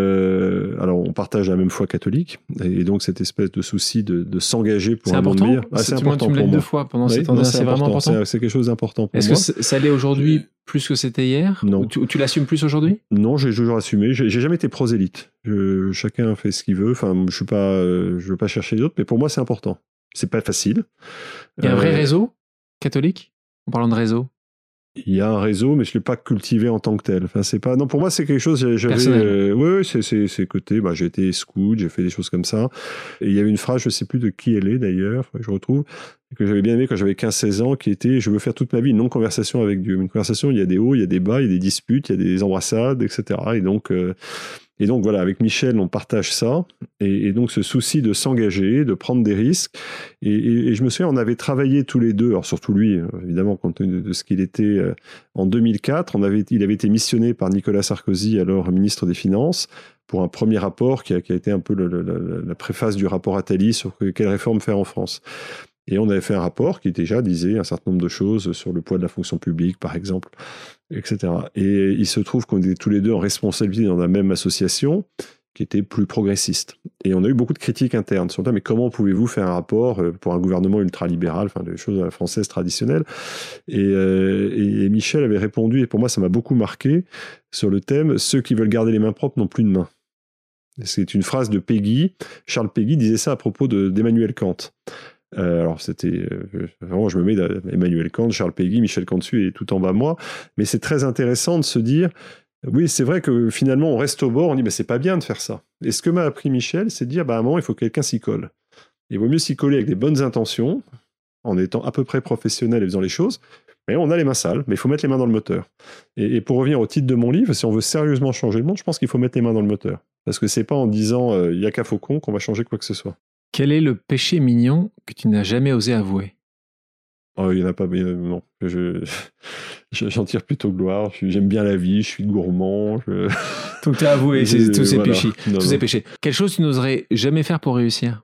Euh, alors, on partage la même foi catholique, et donc cette espèce de souci de, de s'engager pour c'est un important. monde meilleur. Ah, c'est tu important tu me pour l'as moi. deux fois pendant oui, cette année, c'est, c'est vraiment important. C'est, c'est quelque chose d'important pour Est-ce moi. Est-ce que ça l'est aujourd'hui plus que c'était hier? Non. Ou tu, ou tu l'assumes plus aujourd'hui? Non, j'ai toujours assumé. J'ai, j'ai jamais été prosélyte. Je, chacun fait ce qu'il veut. Enfin, je suis pas, euh, je veux pas chercher les autres, mais pour moi, c'est important. C'est pas facile. Il y a un euh, vrai réseau catholique? En parlant de réseau? Il y a un réseau, mais je l'ai pas cultivé en tant que tel. Enfin, c'est pas. Non, pour moi, c'est quelque chose. J'avais. Euh, oui, c'est, c'est, c'est côté. Bah, j'ai été scout, j'ai fait des choses comme ça. Et il y avait une phrase, je sais plus de qui elle est d'ailleurs, que je retrouve, que j'avais bien aimé quand j'avais quinze seize ans, qui était: je veux faire toute ma vie une non-conversation avec Dieu. Une conversation, il y a des hauts, il y a des bas, il y a des disputes, il y a des embrassades, et cetera. Et donc. Euh, Et donc voilà, avec Michel, on partage ça, et, et donc ce souci de s'engager, de prendre des risques. Et, et, et je me souviens, on avait travaillé tous les deux, alors surtout lui, évidemment, compte tenu de ce qu'il était euh, en deux mille quatre, on avait, il avait été missionné par Nicolas Sarkozy, alors ministre des Finances, pour un premier rapport qui a, qui a été un peu le, le, le, la préface du rapport Attali sur quelle réforme faire en France. Et on avait fait un rapport qui déjà disait un certain nombre de choses sur le poids de la fonction publique, par exemple, et cetera. Et il se trouve qu'on était tous les deux en responsabilité dans la même association qui était plus progressiste. Et on a eu beaucoup de critiques internes sur le mais comment pouvez-vous faire un rapport pour un gouvernement ultralibéral, enfin des choses à la française traditionnelle. Et, euh, et Michel avait répondu, et pour moi ça m'a beaucoup marqué, sur le thème « Ceux qui veulent garder les mains propres n'ont plus de mains ». C'est une phrase de Péguy. Charles Péguy disait ça à propos de, d'Emmanuel Kant. Euh, alors c'était euh, vraiment, je me mets d'Emmanuel Kant, Charles Péguy, Michel Cantu et tout en bas moi, mais c'est très intéressant de se dire oui, c'est vrai que finalement on reste au bord, on dit mais c'est pas bien de faire ça. Et ce que m'a appris Michel, c'est de dire bah à un moment il faut que quelqu'un s'y colle. Il vaut mieux s'y coller avec des bonnes intentions, en étant à peu près professionnel et faisant les choses, mais on a les mains sales, mais il faut mettre les mains dans le moteur. Et, et pour revenir au titre de mon livre, si on veut sérieusement changer le monde, je pense qu'il faut mettre les mains dans le moteur, parce que c'est pas en disant il euh, y a qu'à Faucon qu'on va changer quoi que ce soit. Quel est le péché mignon que tu n'as jamais osé avouer? Oh, il n'y en a pas. Non. Je, je, j'en tire plutôt gloire. Je, j'aime bien la vie, je suis gourmand. Je... Donc tu as avoué c'est, tous, ces voilà. péchés, non, tous non. ces péchés. Quelle chose tu n'oserais jamais faire pour réussir?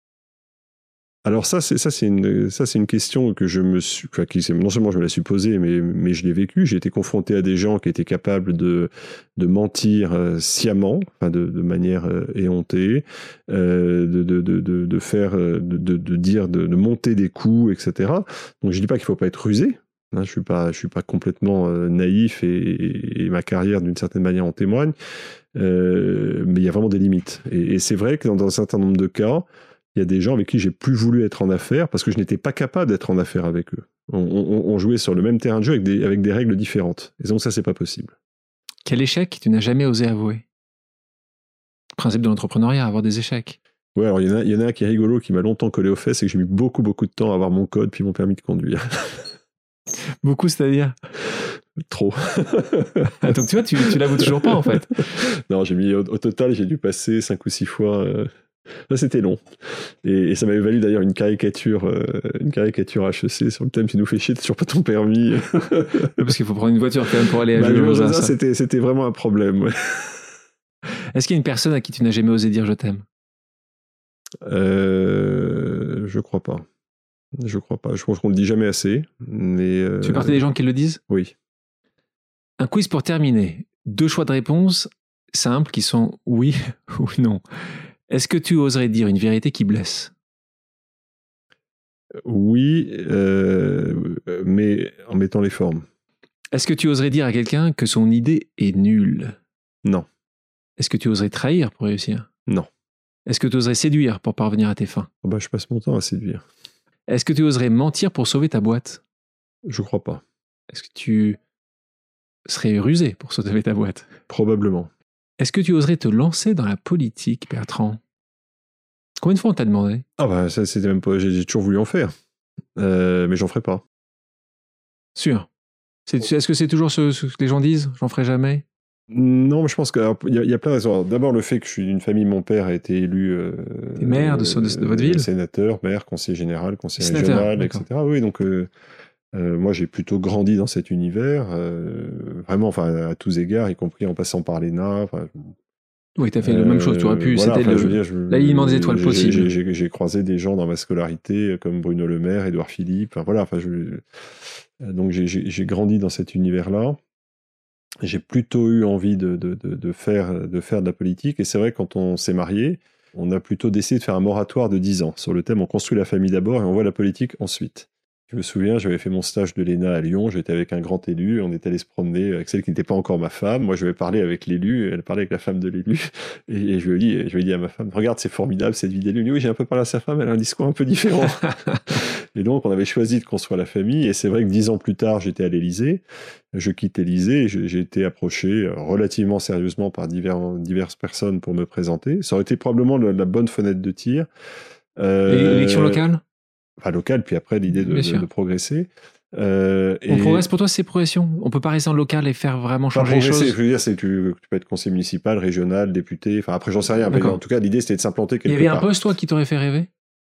Alors ça, c'est, ça, c'est une, ça, c'est une question que je me suis... Enfin, qui, non seulement je me la suis posée, mais, mais je l'ai vécue. J'ai été confronté à des gens qui étaient capables de, de mentir euh, sciemment, enfin de, de manière euh, éhontée, euh, de, de, de, de, de faire, de, de, de dire, de, de monter des coups, et cetera. Donc je dis pas qu'il faut pas être rusé. Hein, je suis pas, je suis pas complètement euh, naïf et, et, et ma carrière, d'une certaine manière, en témoigne. Euh, mais il y a vraiment des limites. Et, et c'est vrai que dans, dans un certain nombre de cas, il y a des gens avec qui j'ai plus voulu être en affaires parce que je n'étais pas capable d'être en affaires avec eux. On, on, on jouait sur le même terrain de jeu avec des, avec des règles différentes. Et donc ça, c'est pas possible. Quel échec tu n'as jamais osé avouer? Principe de l'entrepreneuriat, avoir des échecs. Ouais, alors il y en a, il y en a un qui est rigolo, qui m'a longtemps collé aux fesses, c'est que j'ai mis beaucoup, beaucoup de temps à avoir mon code puis mon permis de conduire. Beaucoup, c'est-à-dire? Trop. Ah, donc tu vois, tu, tu l'avoues toujours pas en fait. Non, j'ai mis au, au total, j'ai dû passer cinq ou six fois. Euh... Là, c'était long. Et, et ça m'avait valu d'ailleurs une caricature, euh, une caricature H E C sur le thème "Tu nous fais chier, t'as toujours pas ton permis." Parce qu'il faut prendre une voiture quand même pour aller à bah, Jules ça, ça, c'était, c'était vraiment un problème. Ouais. Est-ce qu'il y a une personne à qui tu n'as jamais osé dire je t'aime? euh, Je crois pas. Je crois pas. Je pense qu'on le dit jamais assez. Mais euh... Tu fais partie des gens qui le disent? Oui. Un quiz pour terminer. Deux choix de réponse simples qui sont oui ou non. Est-ce que tu oserais dire une vérité qui blesse? Oui, euh, mais en mettant les formes. Est-ce que tu oserais dire à quelqu'un que son idée est nulle? Non. Est-ce que tu oserais trahir pour réussir? Non. Est-ce que tu oserais séduire pour parvenir à tes fins? Oh bah, je passe mon temps à séduire. Est-ce que tu oserais mentir pour sauver ta boîte? Je crois pas. Est-ce que tu serais rusé pour sauver ta boîte? Probablement. Est-ce que tu oserais te lancer dans la politique, Bertrand? Combien de fois on t'a demandé? Ah bah ça c'était même pas. J'ai, j'ai toujours voulu en faire, euh, mais j'en ferai pas. Sûr. C'est, est-ce que c'est toujours ce, ce que les gens disent? J'en ferai jamais? Non, mais je pense qu'il y, y a plein de raisons. Alors, d'abord le fait que je suis d'une famille, mon père a été élu euh, maire de, de, de votre ville, sénateur, maire, conseiller général, conseiller sénateur, régional, d'accord. et cetera. Oui, donc euh, euh, moi j'ai plutôt grandi dans cet univers, euh, vraiment, enfin à tous égards, y compris en passant par l'E N A. Oui, tu as fait euh, la même chose, tu aurais pu, voilà, c'était le, dire, je, l'alignement des étoiles j'ai, possible. J'ai, j'ai, j'ai croisé des gens dans ma scolarité comme Bruno Le Maire, Édouard Philippe, enfin, voilà, enfin, je, donc j'ai, j'ai, j'ai grandi dans cet univers-là. J'ai plutôt eu envie de, de, de, de, faire, de faire de la politique, et c'est vrai, quand on s'est marié, on a plutôt décidé de faire un moratoire de dix ans sur le thème on construit la famille d'abord et on voit la politique ensuite. Je me souviens, j'avais fait mon stage de l'E N A à Lyon, j'étais avec un grand élu, on est allé se promener avec celle qui n'était pas encore ma femme. Moi, je vais parler avec l'élu, elle parlait avec la femme de l'élu, et, et je, lui ai dit, je lui ai dit à ma femme, regarde, c'est formidable cette vie d'élu. Elle dit, oui, j'ai un peu parlé à sa femme, elle a un discours un peu différent. Et donc, on avait choisi de construire la famille, et c'est vrai que dix ans plus tard, j'étais à l'Élysée, je quitte l'Élysée, et je, j'ai été approché relativement sérieusement par divers, diverses personnes pour me présenter. Ça aurait été probablement la, la bonne fenêtre de tir. Euh, L'élection locale? Enfin, local, puis après l'idée de, de, de progresser. Euh, on et... progresse, pour toi, c'est progression? On peut pas rester en local et faire vraiment changer les choses? Je veux dire, c'est que tu, tu peux être conseiller municipal, régional, député, enfin après j'en sais rien, mais en tout cas l'idée c'était de s'implanter quelque part. Il y avait part. Un poste, toi, qui t'aurait fait rêver?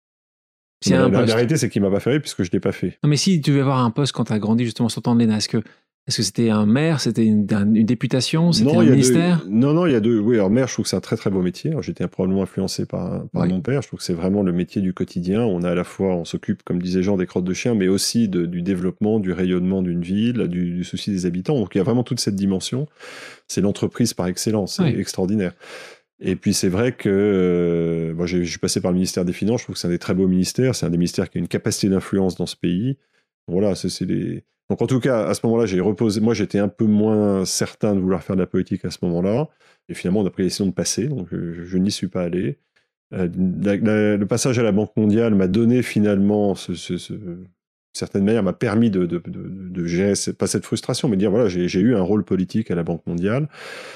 Si la, un la vérité, c'est qu'il m'a pas fait rêver puisque je l'ai pas fait. Non, mais si tu devais avoir un poste quand tu as grandi justement sur ton de l'E N A, est-ce que Est-ce que c'était un maire, c'était une, une députation, c'était non, un ministère deux, Non, non, il y a deux. Oui, alors maire, je trouve que c'est un très très beau métier. Alors, j'étais probablement influencé par, par oui. mon père. Je trouve que c'est vraiment le métier du quotidien. On a à la fois, on s'occupe, comme disait Jean, des crottes de chien, mais aussi de, du développement, du rayonnement d'une ville, du, du souci des habitants. Donc il y a vraiment toute cette dimension. C'est l'entreprise par excellence, c'est oui. extraordinaire. Et puis c'est vrai que euh, moi, je suis passé par le ministère des Finances. Je trouve que c'est un des très beaux ministères. C'est un des ministères qui a une capacité d'influence dans ce pays. Voilà, c'est, c'est les. Donc en tout cas, à ce moment-là, j'ai reposé. Moi, j'étais un peu moins certain de vouloir faire de la politique à ce moment-là. Et finalement, on a pris la décision de passer. Donc je, je n'y suis pas allé. Euh, la, la, le passage à la Banque mondiale m'a donné finalement, ce, ce, ce, d'une certaine manière, m'a permis de, de, de, de gérer, pas cette frustration, mais de dire voilà, j'ai, j'ai eu un rôle politique à la Banque mondiale.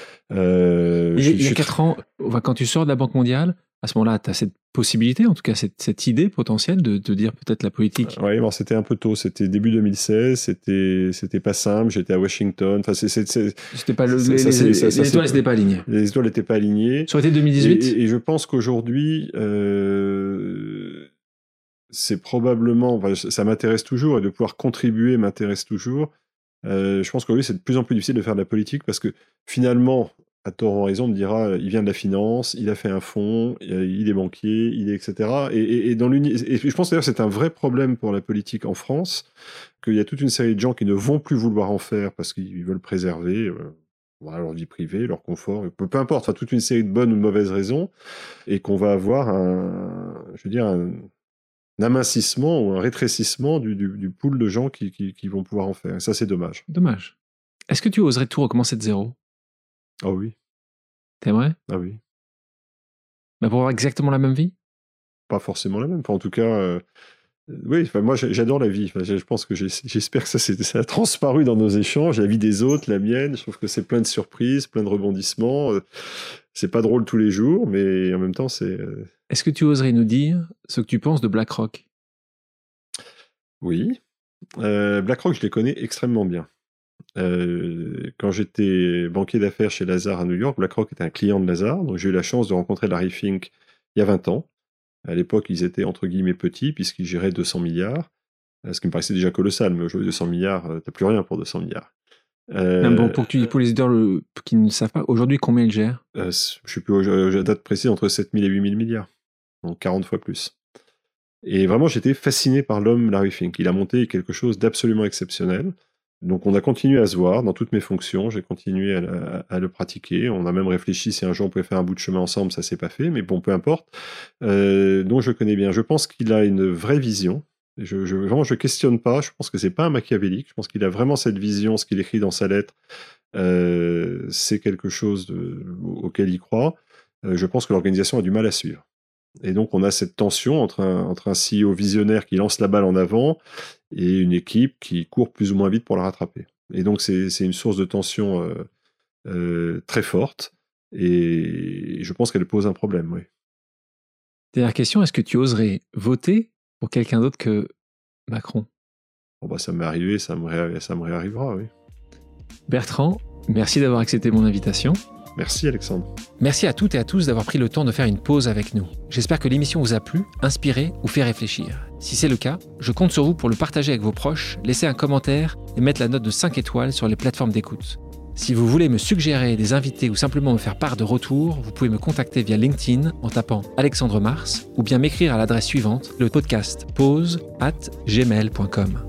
Euh, il, je, il y a quatre ans, quand tu sors de la Banque mondiale, à ce moment-là, tu as cette possibilité, en tout cas cette, cette idée potentielle de, de dire peut-être la politique. Oui, bon, c'était un peu tôt, c'était début deux mille seize, c'était, c'était pas simple, j'étais à Washington. Enfin, c'est, c'est, c'est, c'était pas le, c'est, les, ça, les, ça, ça, les étoiles n'étaient pas alignées. Les étoiles n'étaient pas alignées. Ça aurait été deux mille dix-huit Et, et, et je pense qu'aujourd'hui, euh, c'est probablement, enfin, ça m'intéresse toujours, et de pouvoir contribuer m'intéresse toujours. Euh, je pense qu'aujourd'hui, c'est de plus en plus difficile de faire de la politique parce que finalement, à tort ou en raison, on me dira, il vient de la finance, il a fait un fonds, il est banquier, il est et cetera. Et, et, et, dans l'uni... et je pense d'ailleurs que c'est un vrai problème pour la politique en France, qu'il y a toute une série de gens qui ne vont plus vouloir en faire parce qu'ils veulent préserver euh, voilà, leur vie privée, leur confort, peu, peu importe, enfin, toute une série de bonnes ou de mauvaises raisons, et qu'on va avoir un, je veux dire, un, un amincissement ou un rétrécissement du, du, du pool de gens qui, qui, qui vont pouvoir en faire. Et ça, c'est dommage. Dommage. Est-ce que tu oserais tout recommencer de zéro? Ah oui. T'aimerais? Ah oui. Mais pour avoir exactement la même vie? Pas forcément la même. Enfin, en tout cas, euh, Oui, enfin, moi j'adore la vie. Enfin, je pense que j'espère que ça, ça a transparu dans nos échanges, la vie des autres, la mienne. Je trouve que c'est plein de surprises, plein de rebondissements. C'est pas drôle tous les jours, mais en même temps, c'est... Est-ce que tu oserais nous dire ce que tu penses de BlackRock ? Oui. Euh, BlackRock, je les connais extrêmement bien. Euh, quand j'étais banquier d'affaires chez Lazard à New York, BlackRock était un client de Lazard, donc j'ai eu la chance de rencontrer Larry Fink il y a vingt ans. À l'époque, ils étaient entre guillemets petits, puisqu'ils géraient deux cents milliards, ce qui me paraissait déjà colossal, mais aujourd'hui deux cents milliards, t'as plus rien pour deux cents milliards. Euh, non, bon, pour, que tu, pour les auditeurs le, qui ne savent pas, aujourd'hui, combien ils gèrent ? euh, Je ne sais plus, la date précise, entre sept mille et huit mille milliards, donc quarante fois plus. Et vraiment, j'étais fasciné par l'homme Larry Fink. Il a monté quelque chose d'absolument exceptionnel. Donc on a continué à se voir dans toutes mes fonctions, j'ai continué à, à, à le pratiquer, on a même réfléchi si un jour on pouvait faire un bout de chemin ensemble, ça s'est pas fait, mais bon, peu importe. Euh, donc je connais bien, je pense qu'il a une vraie vision, je, je, vraiment je questionne pas, je pense que c'est pas un machiavélique, je pense qu'il a vraiment cette vision, ce qu'il écrit dans sa lettre, euh, c'est quelque chose de, auquel il croit, euh, je pense que l'organisation a du mal à suivre. Et donc, on a cette tension entre un, entre un C E O visionnaire qui lance la balle en avant et une équipe qui court plus ou moins vite pour la rattraper. Et donc, c'est, c'est une source de tension euh, euh, très forte et je pense qu'elle pose un problème, oui. Dernière question, est-ce que tu oserais voter pour quelqu'un d'autre que Macron ? Bon, bah, ça m'est arrivé, ça me, ré... ça me réarrivera, oui. Bertrand, merci d'avoir accepté mon invitation. Merci Alexandre. Merci à toutes et à tous d'avoir pris le temps de faire une pause avec nous. J'espère que l'émission vous a plu, inspiré ou fait réfléchir. Si c'est le cas, je compte sur vous pour le partager avec vos proches, laisser un commentaire et mettre la note de cinq étoiles sur les plateformes d'écoute. Si vous voulez me suggérer des invités ou simplement me faire part de retours, vous pouvez me contacter via LinkedIn en tapant Alexandre Mars ou bien m'écrire à l'adresse suivante, le podcast pause arobase gmail point com.